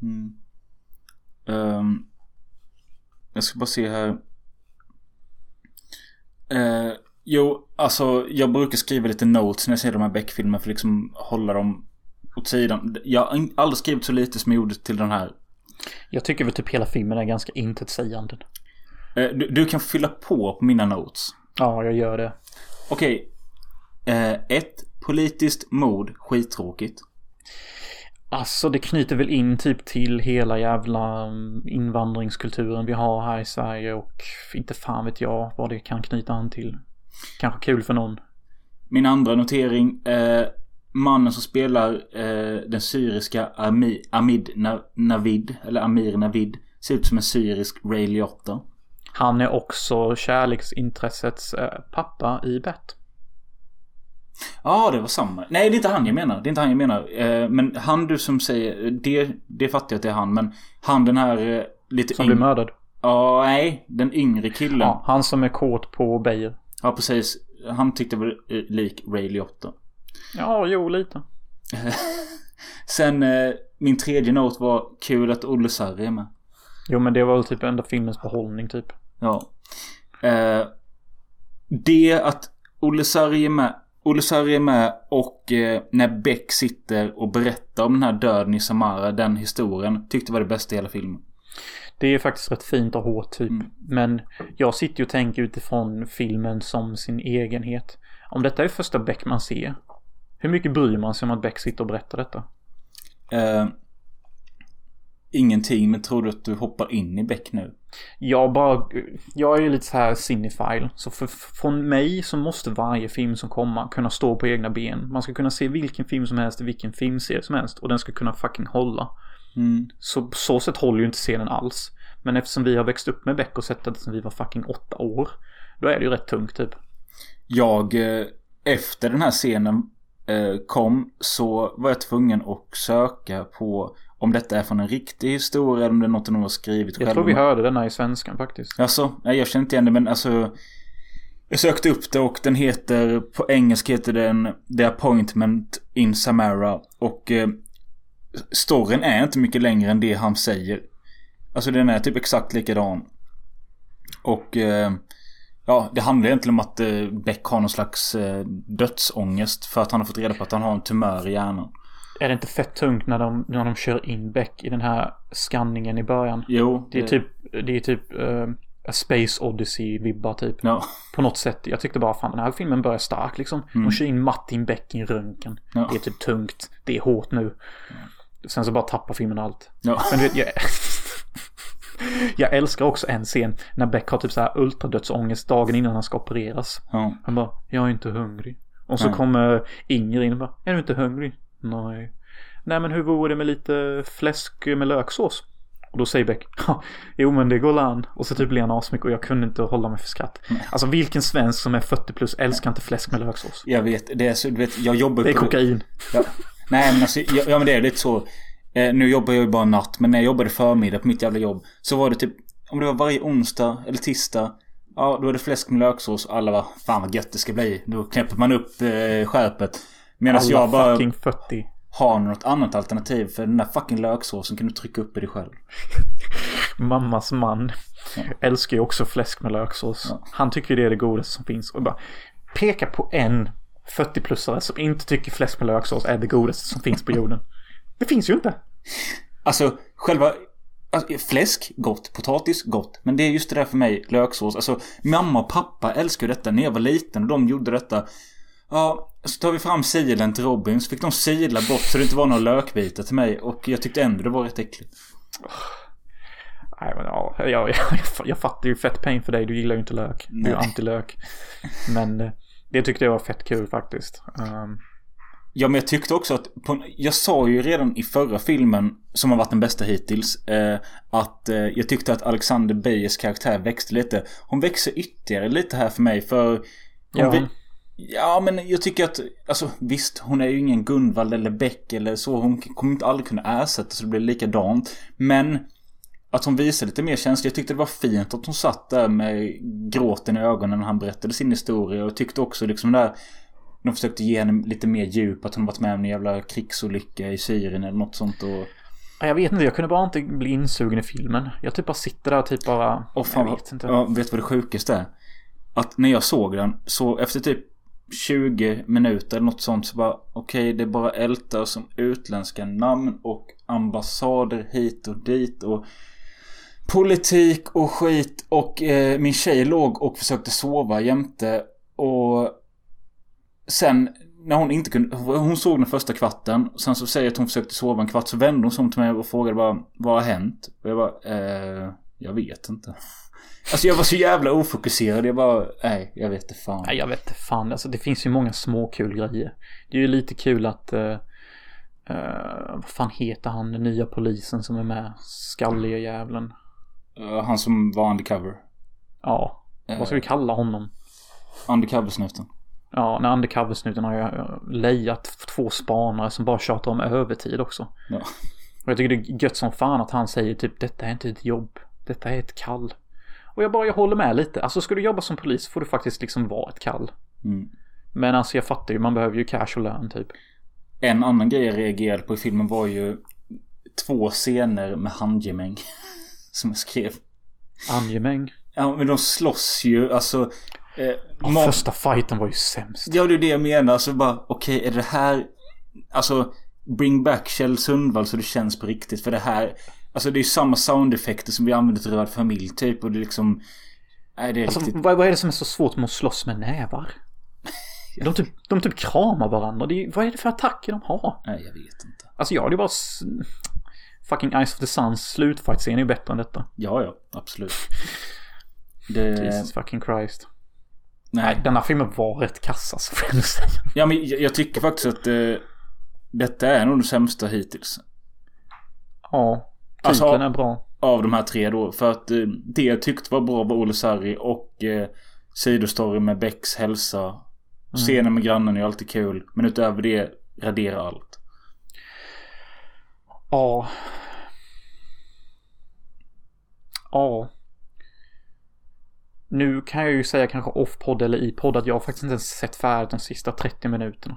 Jag ska bara se här. Jo, alltså jag brukar skriva lite notes när jag ser de här Beck-filmer för liksom hålla dem åt sidan. Jag har aldrig skrivit så lite som jag gjorde till den här. Jag tycker väl typ hela filmen är ganska intetsägande. Du kan fylla på mina notes. Ja, jag gör det. Okej. 1. Politiskt mord, skittråkigt. Alltså det knyter väl in typ till hela jävla invandringskulturen vi har här i Sverige och inte fan vet jag vad det kan knyta an till. Kanske kul för någon. Min andra notering, mannen som spelar den syriska Amir Navid ser ut som en syrisk Ray Liotta. Han är också kärleksintressets pappa i Bet. Ja, det var samma. Nej, det är inte han jag menar. Men han du som säger, det fattar jag att det är han. Men han den här lite som blir mördad. Ja, nej, den yngre killen. Ja, han som är kåt på Beijer. Ja, precis. Han tyckte väl lik Ray Liotta. Ja, jo, lite. Sen min tredje not var kul att Olle Sarri är med. Jo, men det var väl typ enda filmens behållning typ. Ja. Det att Olle Sarri är med och när Beck sitter och berättar om den här döden i Samara, den historien, tyckte var det bästa i hela filmen. Det är faktiskt rätt fint och hårt typ. Men jag sitter ju och tänker utifrån filmen som sin egenhet. Om detta är första Beck man ser, hur mycket bryr man sig om att Beck sitter och berättar detta? Ingenting, men tror du att du hoppar in i Beck nu? Jag är ju lite så här cinephile. Så från mig så måste varje film som kommer kunna stå på egna ben. Man ska kunna se vilken film som helst, vilken filmserie som helst, och den ska kunna fucking hålla. Så sätt håller ju inte scenen alls. Men eftersom vi har växt upp med Beck och sett det som vi var fucking 8 år, då är det ju rätt tungt typ. Efter den här scenen kom, så var jag tvungen att söka på om detta är från en riktig historia eller om det är något de har skrivit själva. Jag tror vi hörde den här i svenskan faktiskt. Alltså, jag känner inte igen det, men alltså jag sökte upp det och den heter, på engelska heter den The Appointment in Samara, och storyn är inte mycket längre än det han säger. Alltså den är typ exakt likadan. Och ja, det handlar egentligen om att Beck har någon slags dödsångest för att han har fått reda på att han har en tumör i hjärnan. Är det inte fett tungt när de kör in Beck i den här skanningen i början? Jo. Det är typ A Space Odyssey-vibbar typ. Ja. På något sätt. Jag tyckte bara fan, den här filmen börjar stark liksom. De kör in Martin Beck i en röntgen. Ja. Det är typ tungt. Det är hårt nu. Sen så bara tappar filmen allt. Ja. Men du vet, jag älskar också en scen när Beck har typ så här ultradödsångest dagen innan han ska opereras. Ja. Han bara, jag är inte hungrig. Och så kommer Inger in och bara, är du inte hungrig? Nej, men hur vore det med lite fläsk med löksås? Och då säger Beck, jo men det går an. Och så typ blir han asmycket och jag kunde inte hålla mig för skratt. Alltså vilken svensk som är 40 plus älskar inte fläsk med löksås? Jag vet, det är så, du vet, jag jobbar det är kokain. Ja. Nej men alltså, ja men det är lite så. Nu jobbar jag ju bara natt, men när jag jobbade förmiddag på mitt jävla jobb så var det typ, om det var varje onsdag eller tisdag, ja då är det fläsk med löksås och alla var, fan vad gött det ska bli. Då knäpper man upp skärpet. Medan jag bara 40. har något annat alternativ för den där fucking löksåsen kan du trycka upp i dig själv. Mammas man älskar ju också fläsk med löksås. Ja. Han tycker det är det godaste som finns. Och bara peka på en 40-plussare som inte tycker fläsk med löksås är det godaste som finns på jorden. Det finns ju inte. Alltså fläsk, gott. Potatis, gott. Men det är just det där för mig, löksås. Alltså, mamma och pappa älskar detta när jag var liten och de gjorde detta. Ja, så tar vi fram silen till Robin, så fick de sila bort så det inte var några lökbitar till mig. Och jag tyckte ändå det var rätt äckligt. Nej men ja, jag fattar ju fett pain för dig. Du gillar ju inte lök. Du är ju anti-lök. Men det tyckte jag var fett kul faktiskt. Ja, men jag tyckte också att jag sa ju redan i förra filmen, som har varit den bästa hittills, att jag tyckte att Alexander Beyes karaktär växte lite. Hon växer ytterligare lite här för mig. För ja, men jag tycker att, alltså visst, hon är ju ingen Gunvald eller Beck eller så. Hon kommer inte aldrig kunna ersätta så det blir likadant. Men att hon visar lite mer känsla. Jag tyckte det var fint att hon satt där med gråten i ögonen när han berättade sin historia. Och jag tyckte också liksom där, de försökte ge henne lite mer djup, att hon varit med om en jävla krigsolycka i Syrien eller något sånt. Och jag vet inte, jag kunde bara inte bli insugen i filmen. Jag typ bara sitter där och typ bara, fan, jag vet inte. Ja, vet vad det sjukaste är? Att när jag såg den, så efter typ 20 minuter eller något sånt, så bara okej, det är bara ältar som utländska namn och ambassader hit och dit och politik och skit. Och min tjej låg och försökte sova jämte. Och sen när hon inte kunde, hon såg den första kvarten, och sen så säger att hon försökte sova en kvart, så vände hon som till mig och frågade bara, vad har hänt? Och jag bara, jag vet inte. Alltså jag var så jävla ofokuserad. Jag bara, nej, jag vet inte fan. Nej, jag vet inte fan. Alltså det finns ju många små kul grejer. Det är ju lite kul att vad fan heter han, den nya polisen som är med, skalliga jävlen. Han som var undercover. Ja, vad ska vi kalla honom? Undercover-snuten. Ja, när undercover-snuten har ju lejat 2 spanare som bara tjatar om övertid också. Ja. Och jag tycker det är gött som fan att han säger typ, detta är inte ett jobb, detta är ett kall. Och jag håller med lite. Alltså ska du jobba som polis får du faktiskt liksom vara ett kall. Men alltså jag fattar ju, man behöver ju cash och lön typ. En annan grej jag reagerade på i filmen var ju 2 scener med handgemäng som jag skrev. Handgemäng? Ja, men de slåss ju, alltså första fighten var ju sämst. Ja, det är det jag menar. Alltså bara, okej, är det här, alltså bring back Kjell Sundvall så det känns på riktigt. För det här, alltså det är ju samma soundeffekter som vi använder till Röd familj typ. Och det är liksom, nej, det är alltså, riktigt. Vad är det som är så svårt med att slåss med nävar? De typ kramar varandra. Vad är det för attacker de har? Nej, jag vet inte. Alltså det var fucking Eyes of the Suns slutfight-scen är ju bättre än detta. Ja, absolut. Jesus fucking Christ. Nej, denna filmen var rätt kass alltså, får jag säga. Ja, men jag tycker faktiskt att detta är nog det sämsta hittills. Ja, titeln är bra. Av de här 3 då. För att det jag tyckte var bra var Olle Sarri och sidostory med Becks hälsa. Scenen med grannen är alltid kul. Men utöver det, radera allt. Ja. Nu kan jag ju säga kanske off-podd eller i-podd att jag har faktiskt inte ens sett färdigt de sista 30 minuterna.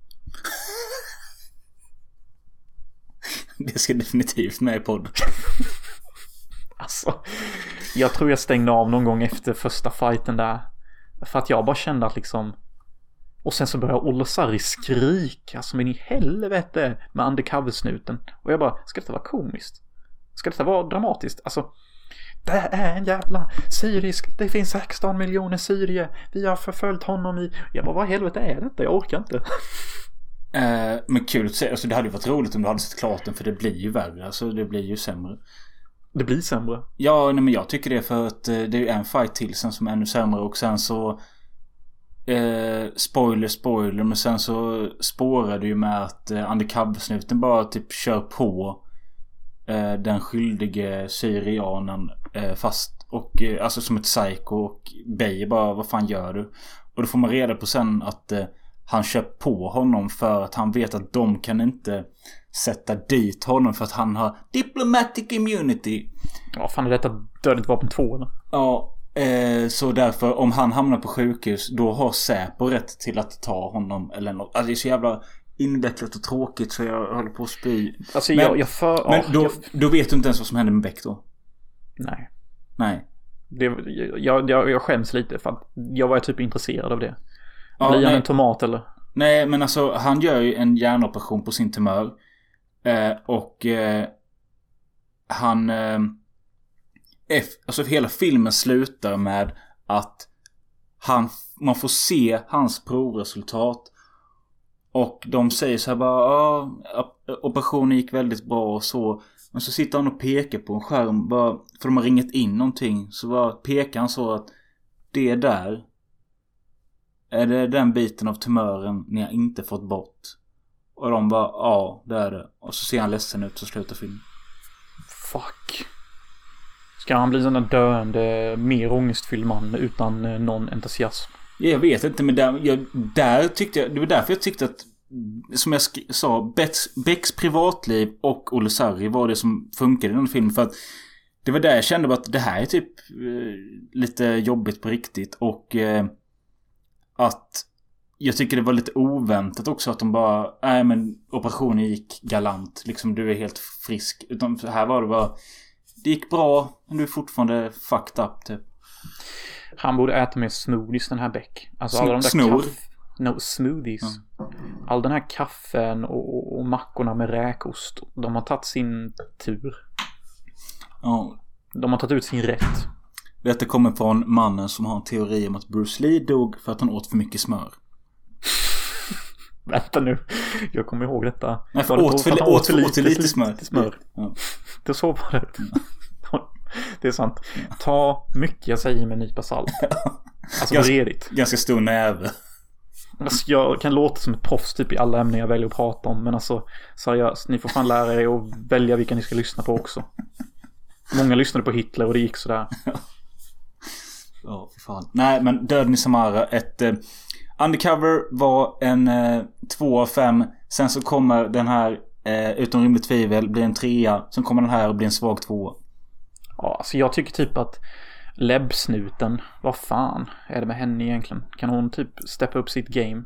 Det ska definitivt med i podd. Alltså, jag tror jag stängde av någon gång efter första fighten där. För att jag bara kände att liksom. Och sen så började Olle Sarri skrika som in i helvete med undercover-snuten. Och jag bara, ska detta vara komiskt? Ska detta vara dramatiskt? Alltså, det är en jävla syrisk. Det finns 16 miljoner syrier. Vi har förföljt honom i. Jag bara, vad i helvete är detta? Jag orkar inte. Men kul att säga. Alltså, det hade ju varit roligt om du hade sett klart den. För det blir ju värre. Alltså det blir ju sämre. Det blir sämre? Ja, nej, men jag tycker det. För att det är ju en fight till sen som är ännu sämre. Och sen så spoiler. Men sen så spårar det ju med att undercover-snuten bara typ kör på den skyldige syrianen fast och alltså som ett psycho, och Bay bara, vad fan gör du? Och då får man reda på sen att han kör på honom för att han vet att de kan inte sätta dit honom för att han har diplomatic immunity. Ja, fan är detta Dödligt vapen 2 eller? Ja, så därför om han hamnar på sjukhus, då har Säpo rätt till att ta honom eller något. Alltså det är så jävla invecklat och tråkigt så jag håller på att spy. Alltså då vet du inte ens vad som hände med Beck då? Nej. Jag skäms lite för att jag var typ intresserad av det. Ja, blir han en tomat eller? Nej, men alltså han gör ju en hjärnoperation på sin tumör. Och han alltså hela filmen slutar med att man får se hans provresultat. Och de säger så här bara, operationen gick väldigt bra och så. Men så sitter han och pekar på en skärm bara, för de har ringat in någonting. Så bara pekar han så att det där är det den biten av tumören ni har inte fått bort. Och de bara, ja, det är det. Och så ser han ledsen ut så slutar filmen. Fuck. Ska han bli sån där döende, mer ångestfylld man utan någon entusiasm? Jag vet inte, men där tyckte jag, det var därför jag tyckte att, som jag sa, Becks privatliv och Olle Sarri var det som funkade i den filmen. För att det var där jag kände att det här är typ lite jobbigt på riktigt. Och att jag tycker det var lite oväntat också att de bara, nej men operationen gick galant. Liksom du är helt frisk. Utan här var det bara, det gick bra men du är fortfarande fucked up typ. Han borde äta mer smoothies den här Beck. Alltså alla de där smoothies. All den här kaffen och mackorna med räkost. De har tagit sin tur. Ja. De har tagit ut sin rätt. Detta kommer från mannen som har en teori om att Bruce Lee dog för att han åt för mycket smör. Vänta nu. Jag kommer ihåg detta. Nej, för åt för lite smör. Ja. Det är så var det. Det är sant. Ta mycket jag säger med en nypa salt. Alltså ganska stor näve. Alltså, jag kan låta som ett proffs typ i alla ämnen jag väljer att prata om. Men alltså, seriöst, ni får fan lära er att välja vilka ni ska lyssna på också. Många lyssnade på Hitler och det gick sådär. Ja, för fan. Nej, men Döden i Samara, ett Undercover var en 2 av 5. Sen så kommer den här utom rimligt tvivel blir en 3. Sen kommer den här och blir en svag 2. Ja, alltså jag tycker typ att Lebb-snuten, vad fan är det med henne egentligen? Kan hon typ steppa upp sitt game?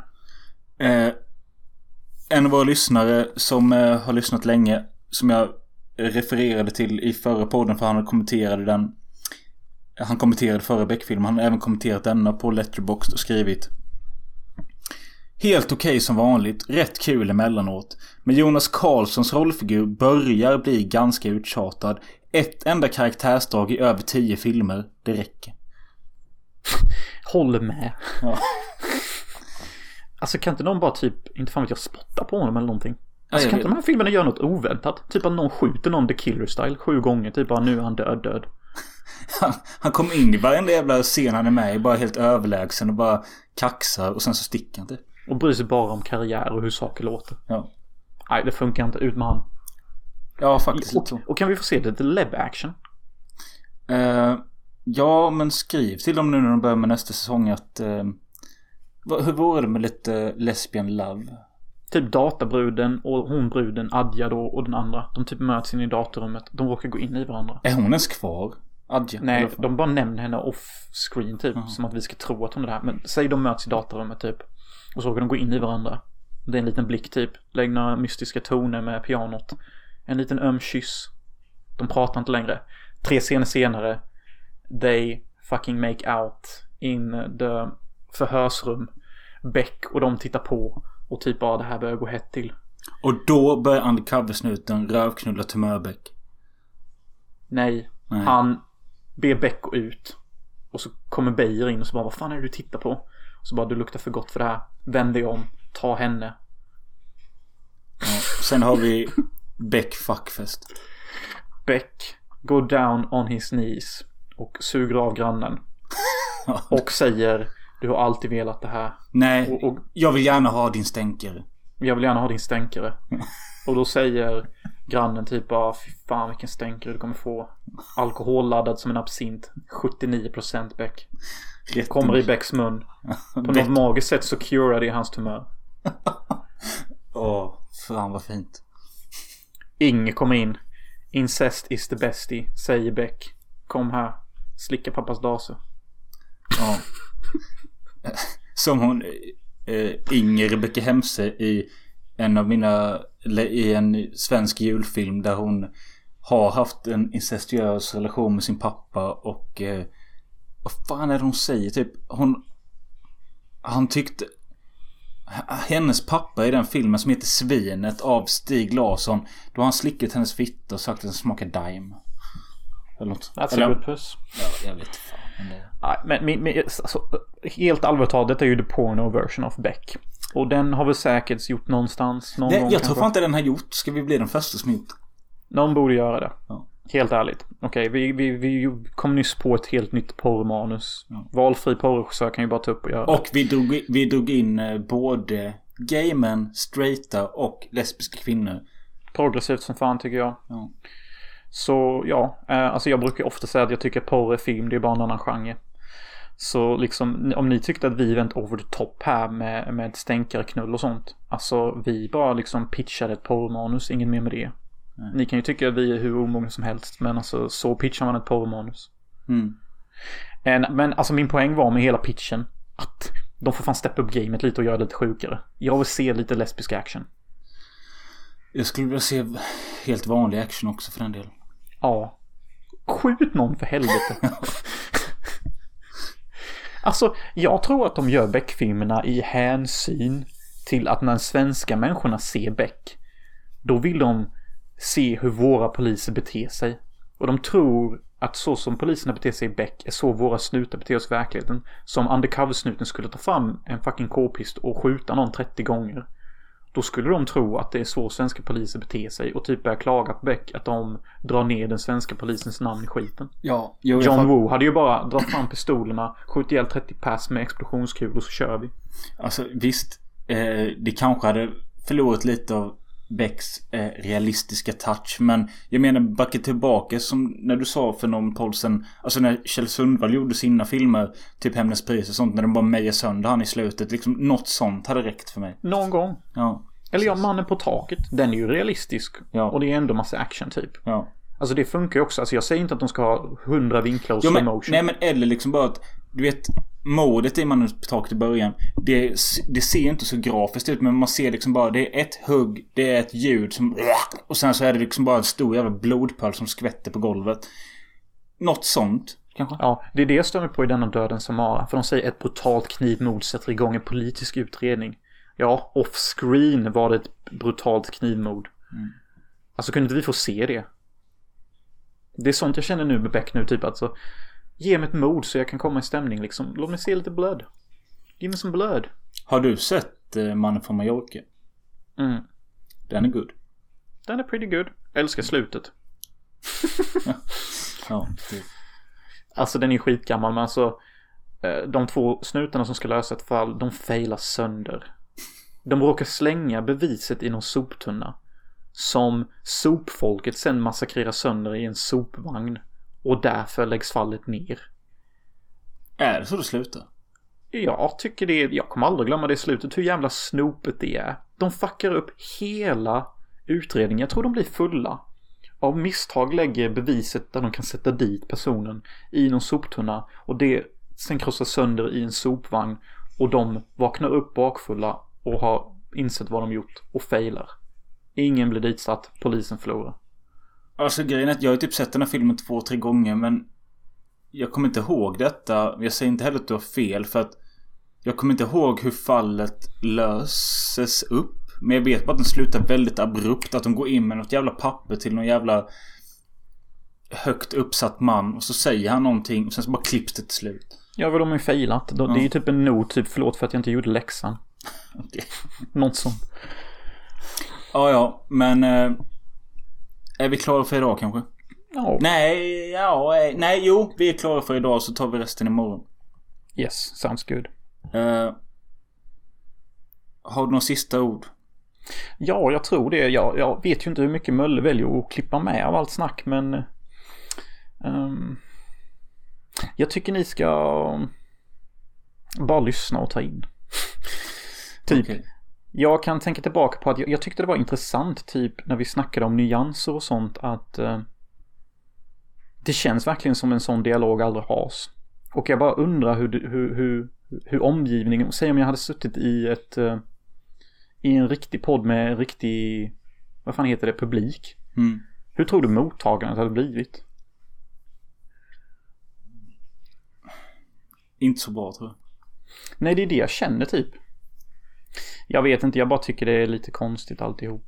En av våra lyssnare som har lyssnat länge, som jag refererade till i förra podden för han kommenterade den. Han kommenterade förra Beck-filmen. Han har även kommenterat denna på Letterboxd och skrivit: helt okej som vanligt, rätt kul emellanåt. Men Jonas Karlssons rollfigur börjar bli ganska uttjatad. Ett enda karaktärsdrag i över 10 filmer, det räcker. Håller med. Ja. Alltså kan inte någon bara typ, inte fan vet jag, spotta på honom eller någonting? Alltså kan inte de här filmerna göra något oväntat? Typ att någon skjuter någon The Killer Style 7 gånger, typ bara nu är han död. Han kommer in i varenda jävla scen han är med i, bara helt överlägsen och bara kaxar och sen så sticker han typ. Och bryr sig bara om karriär och hur saker låter. Ja. Nej, det funkar inte, ut med han. Ja, faktiskt. Och kan vi få se det, The Leb Action? Ja, men skriv till dem nu när de börjar med nästa säsong att hur vore det med lite lesbian love? Typ databruden och hon bruden Adja då och den andra. De typ möts in i datorrummet. De råkar gå in i varandra. Är hon ens kvar? Adja? Nej, de bara nämner henne off-screen typ. Som att vi ska tro att hon är där. Men säg de möts i datorrummet typ. Och så råkar de gå in i varandra. Det är en liten blick typ. Lägg några mystiska toner med pianot. En liten öm kyss. De pratar inte längre. 3 scener senare. They fucking make out in the förhörsrum. Beck och de tittar på. Och typ bara det här börjar gå hett till. Och då börjar undercover-snuten rövknulla Tumörbeck. Nej. Han ber Beck gå ut. Och så kommer Beijer in och så bara, vad fan är det du tittar på? Och så bara, du luktar för gott för det här. Vänd dig om, ta henne. Ja, sen har vi Beck fuckfest. Beck går down on his knees och suger av grannen. Och säger, du har alltid velat det här. Nej, och jag vill gärna ha din stänkare. Jag vill gärna ha din stänkare. Och då säger grannen typ bara, fy fan vilken stänkare du kommer få. Alkoholladdad som en absint. 79% Beck. Kommer i Becks mun. På något magiskt sätt så curar det hans tumör. Fan vad fint. Inge kommer in. Incest is the bestie, säger Beck. Kom här, slicka pappas dase. Ja. Som hon Inger Rebecca Hemse i en svensk julfilm där hon har haft en incestuös relation med sin pappa och vad fan är det hon säger typ han tyckte hennes pappa i den filmen som heter Svinet av Stig Larsson, då har han slickat hennes fitta och sagt att den smakar daim eller något. That's a good puss. Ja, jag vet fan. Men alltså, helt allvarligt talat, detta är ju the porno version of Beck. Och den har väl säkert gjort någonstans någon gång. Jag tror fan inte den har gjort. Ska vi bli den första som gjort? Någon borde göra det. Ja. Helt ärligt. Okej, vi kom nyss på ett helt nytt porrmanus. Ja. Valfri porrregissör kan ju bara ta upp och göra. Och vi drog in både gaymän, straighta och lesbiska kvinnor. Progressivt som fan tycker jag. Ja. Så ja, alltså jag brukar ofta säga att jag tycker att porr är film, det är bara en annan genre. Så liksom, om ni tyckte att vi went over the top här med stänkare knull och sånt. Alltså vi bara liksom pitchade ett porrmanus, ingen mer med det. Ni kan ju tycka att vi är hur omogna som helst, men alltså så pitchar man ett porrmanus. Men alltså min poäng var med hela pitchen att de får fan steppa upp gamet lite och göra det lite sjukare. Jag vill se lite lesbisk action. Jag skulle vilja se helt vanlig action också för den delen. Ja. Skjut någon för helvete. Alltså, jag tror att de gör Beck-filmerna i hänsyn till att när svenska människorna ser Beck, då vill de se hur våra poliser beter sig. Och de tror att så som poliserna beter sig i Beck är så våra snutar beter oss i verkligheten. Som undercover-snuten skulle ta fram en fucking k-pist och skjuta någon 30 gånger. Då skulle de tro att det är så svenska poliser beter sig och typ börja klaga på Beck att de drar ner den svenska polisens namn i skiten. Ja, John Woo hade ju bara dragit fram pistolerna, skjutit ihjäl 30 pass med explosionskul och så kör vi. Alltså visst, det kanske hade förlorat lite av Becks realistiska touch, men jag menar backa tillbaka som när du sa för någon podd sen, alltså när Kjell Sundvall gjorde sina filmer typ Hämndens pris och sånt, när de bara mejar sönder han i slutet, liksom något sånt hade räckt för mig. Någon gång. Ja. Eller ja, Mannen på taket, den är ju realistisk. Ja. Och det är ändå massa action typ. Ja. Alltså det funkar ju också, alltså jag säger inte att de ska ha 100 vinklar och slow motion. Nej men eller liksom bara att du vet, mordet i Mannen på taket i början, det ser inte så grafiskt ut, men man ser liksom bara, det är ett hugg, det är ett ljud som, och sen så är det liksom bara en stor jävla blodpöl som skvätter på golvet. Något sånt kanske. Ja, det är det jag stämmer på i denna Döden Samara. För de säger ett brutalt knivmord sätter igång en politisk utredning. Ja, off-screen var det ett brutalt knivmord. Alltså kunde inte vi få se det? Det är sånt jag känner nu med Beck nu, typ alltså, ge mig ett mord så jag kan komma i stämning liksom. Låt mig se lite blöd. Give me some blood. Har du sett Mannen från Mallorca? Den är good. Den är pretty good. Älskar slutet. Ja. Alltså den är skitgammal, men alltså de två snutarna som ska lösa ett fall, de failar sönder. De råkar slänga beviset i någon soptunna som sopfolket sen massakrerar sönder i en sopvagn. Och därför läggs fallet ner. Är det så det slutar? Jag tycker det. Jag kommer aldrig glömma det slutet. Hur jävla snopet det är. De fuckar upp hela utredningen. Jag tror de blir fulla. Av misstag lägger beviset där de kan sätta dit personen i någon soptunna. Och det sen krossar sönder i en sopvagn. Och de vaknar upp bakfulla och har insett vad de gjort. Och failar. Ingen blir ditsatt. Polisen förlorar. Alltså grejen är att jag har typ sett den här filmen 2-3 gånger, men jag kommer inte ihåg detta. Jag säger inte heller att du har fel, för att jag kommer inte ihåg hur fallet löses upp. Men jag vet bara att den slutar väldigt abrupt. Att de går in med något jävla papper till någon jävla högt uppsatt man. Och så säger han någonting och sen så bara klipps det till slut. Ja, vad de har ju failat. Det är ju typ en not, typ förlåt för att jag inte gjorde läxan. Okay. Något sånt. Ja, men är vi klara för idag kanske? Ja. Nej, jo, vi är klara för idag, så tar vi resten imorgon. Yes, sounds good. Har du några sista ord? Ja, jag tror det. Jag vet ju inte hur mycket Mölle väljer att klippa med av allt snack, men jag tycker ni ska bara lyssna och ta in. Typ. Okay. Jag kan tänka tillbaka på att jag tyckte det var intressant typ när vi snackade om nyanser och sånt, att det känns verkligen som en sån dialog aldrig has. Och jag bara undrar hur omgivningen, säg om jag hade suttit i en riktig podd med en riktig, vad fan heter det, publik. Hur tror du mottagandet hade blivit? Inte så bra, tror jag. Nej, det är det jag känner typ. Jag vet inte, jag bara tycker det är lite konstigt alltihop.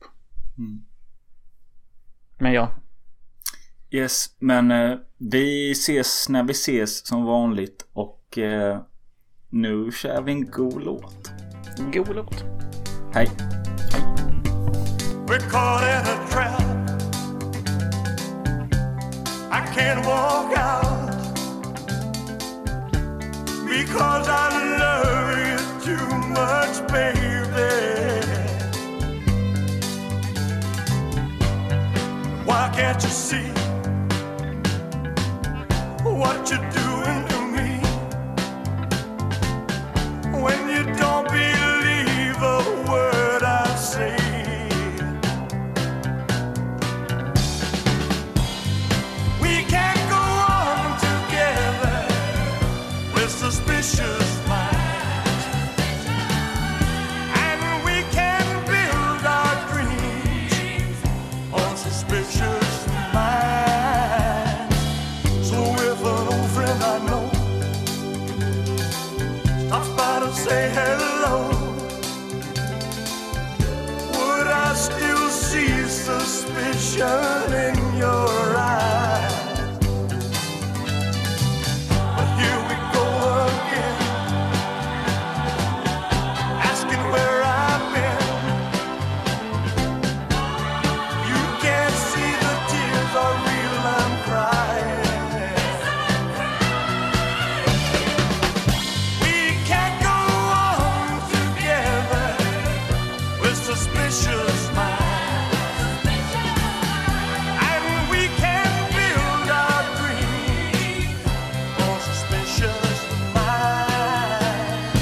Men ja. Yes, men vi ses när vi ses som vanligt. Och nu kör vi en god låt. God låt. Hej. We're caught in a trap. I can't walk out because I love you too much, baby. Why can't you see what you're doing to me when you don't believe a word I say? We can't go on together with suspicious minds, and we can build our dreams on suspicious minds. So if an old friend I know stops by to say hello, would I still see suspicion in your eyes? But here we go again, asking where I've been. You can't see the tears are real, I'm crying. We can't go on together with suspicious minds, and we can build our dreams on suspicious minds.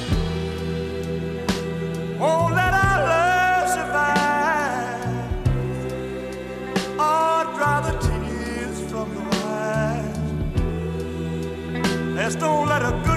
Won't let our love survive or dry the tears from the eyes. Let's don't let a good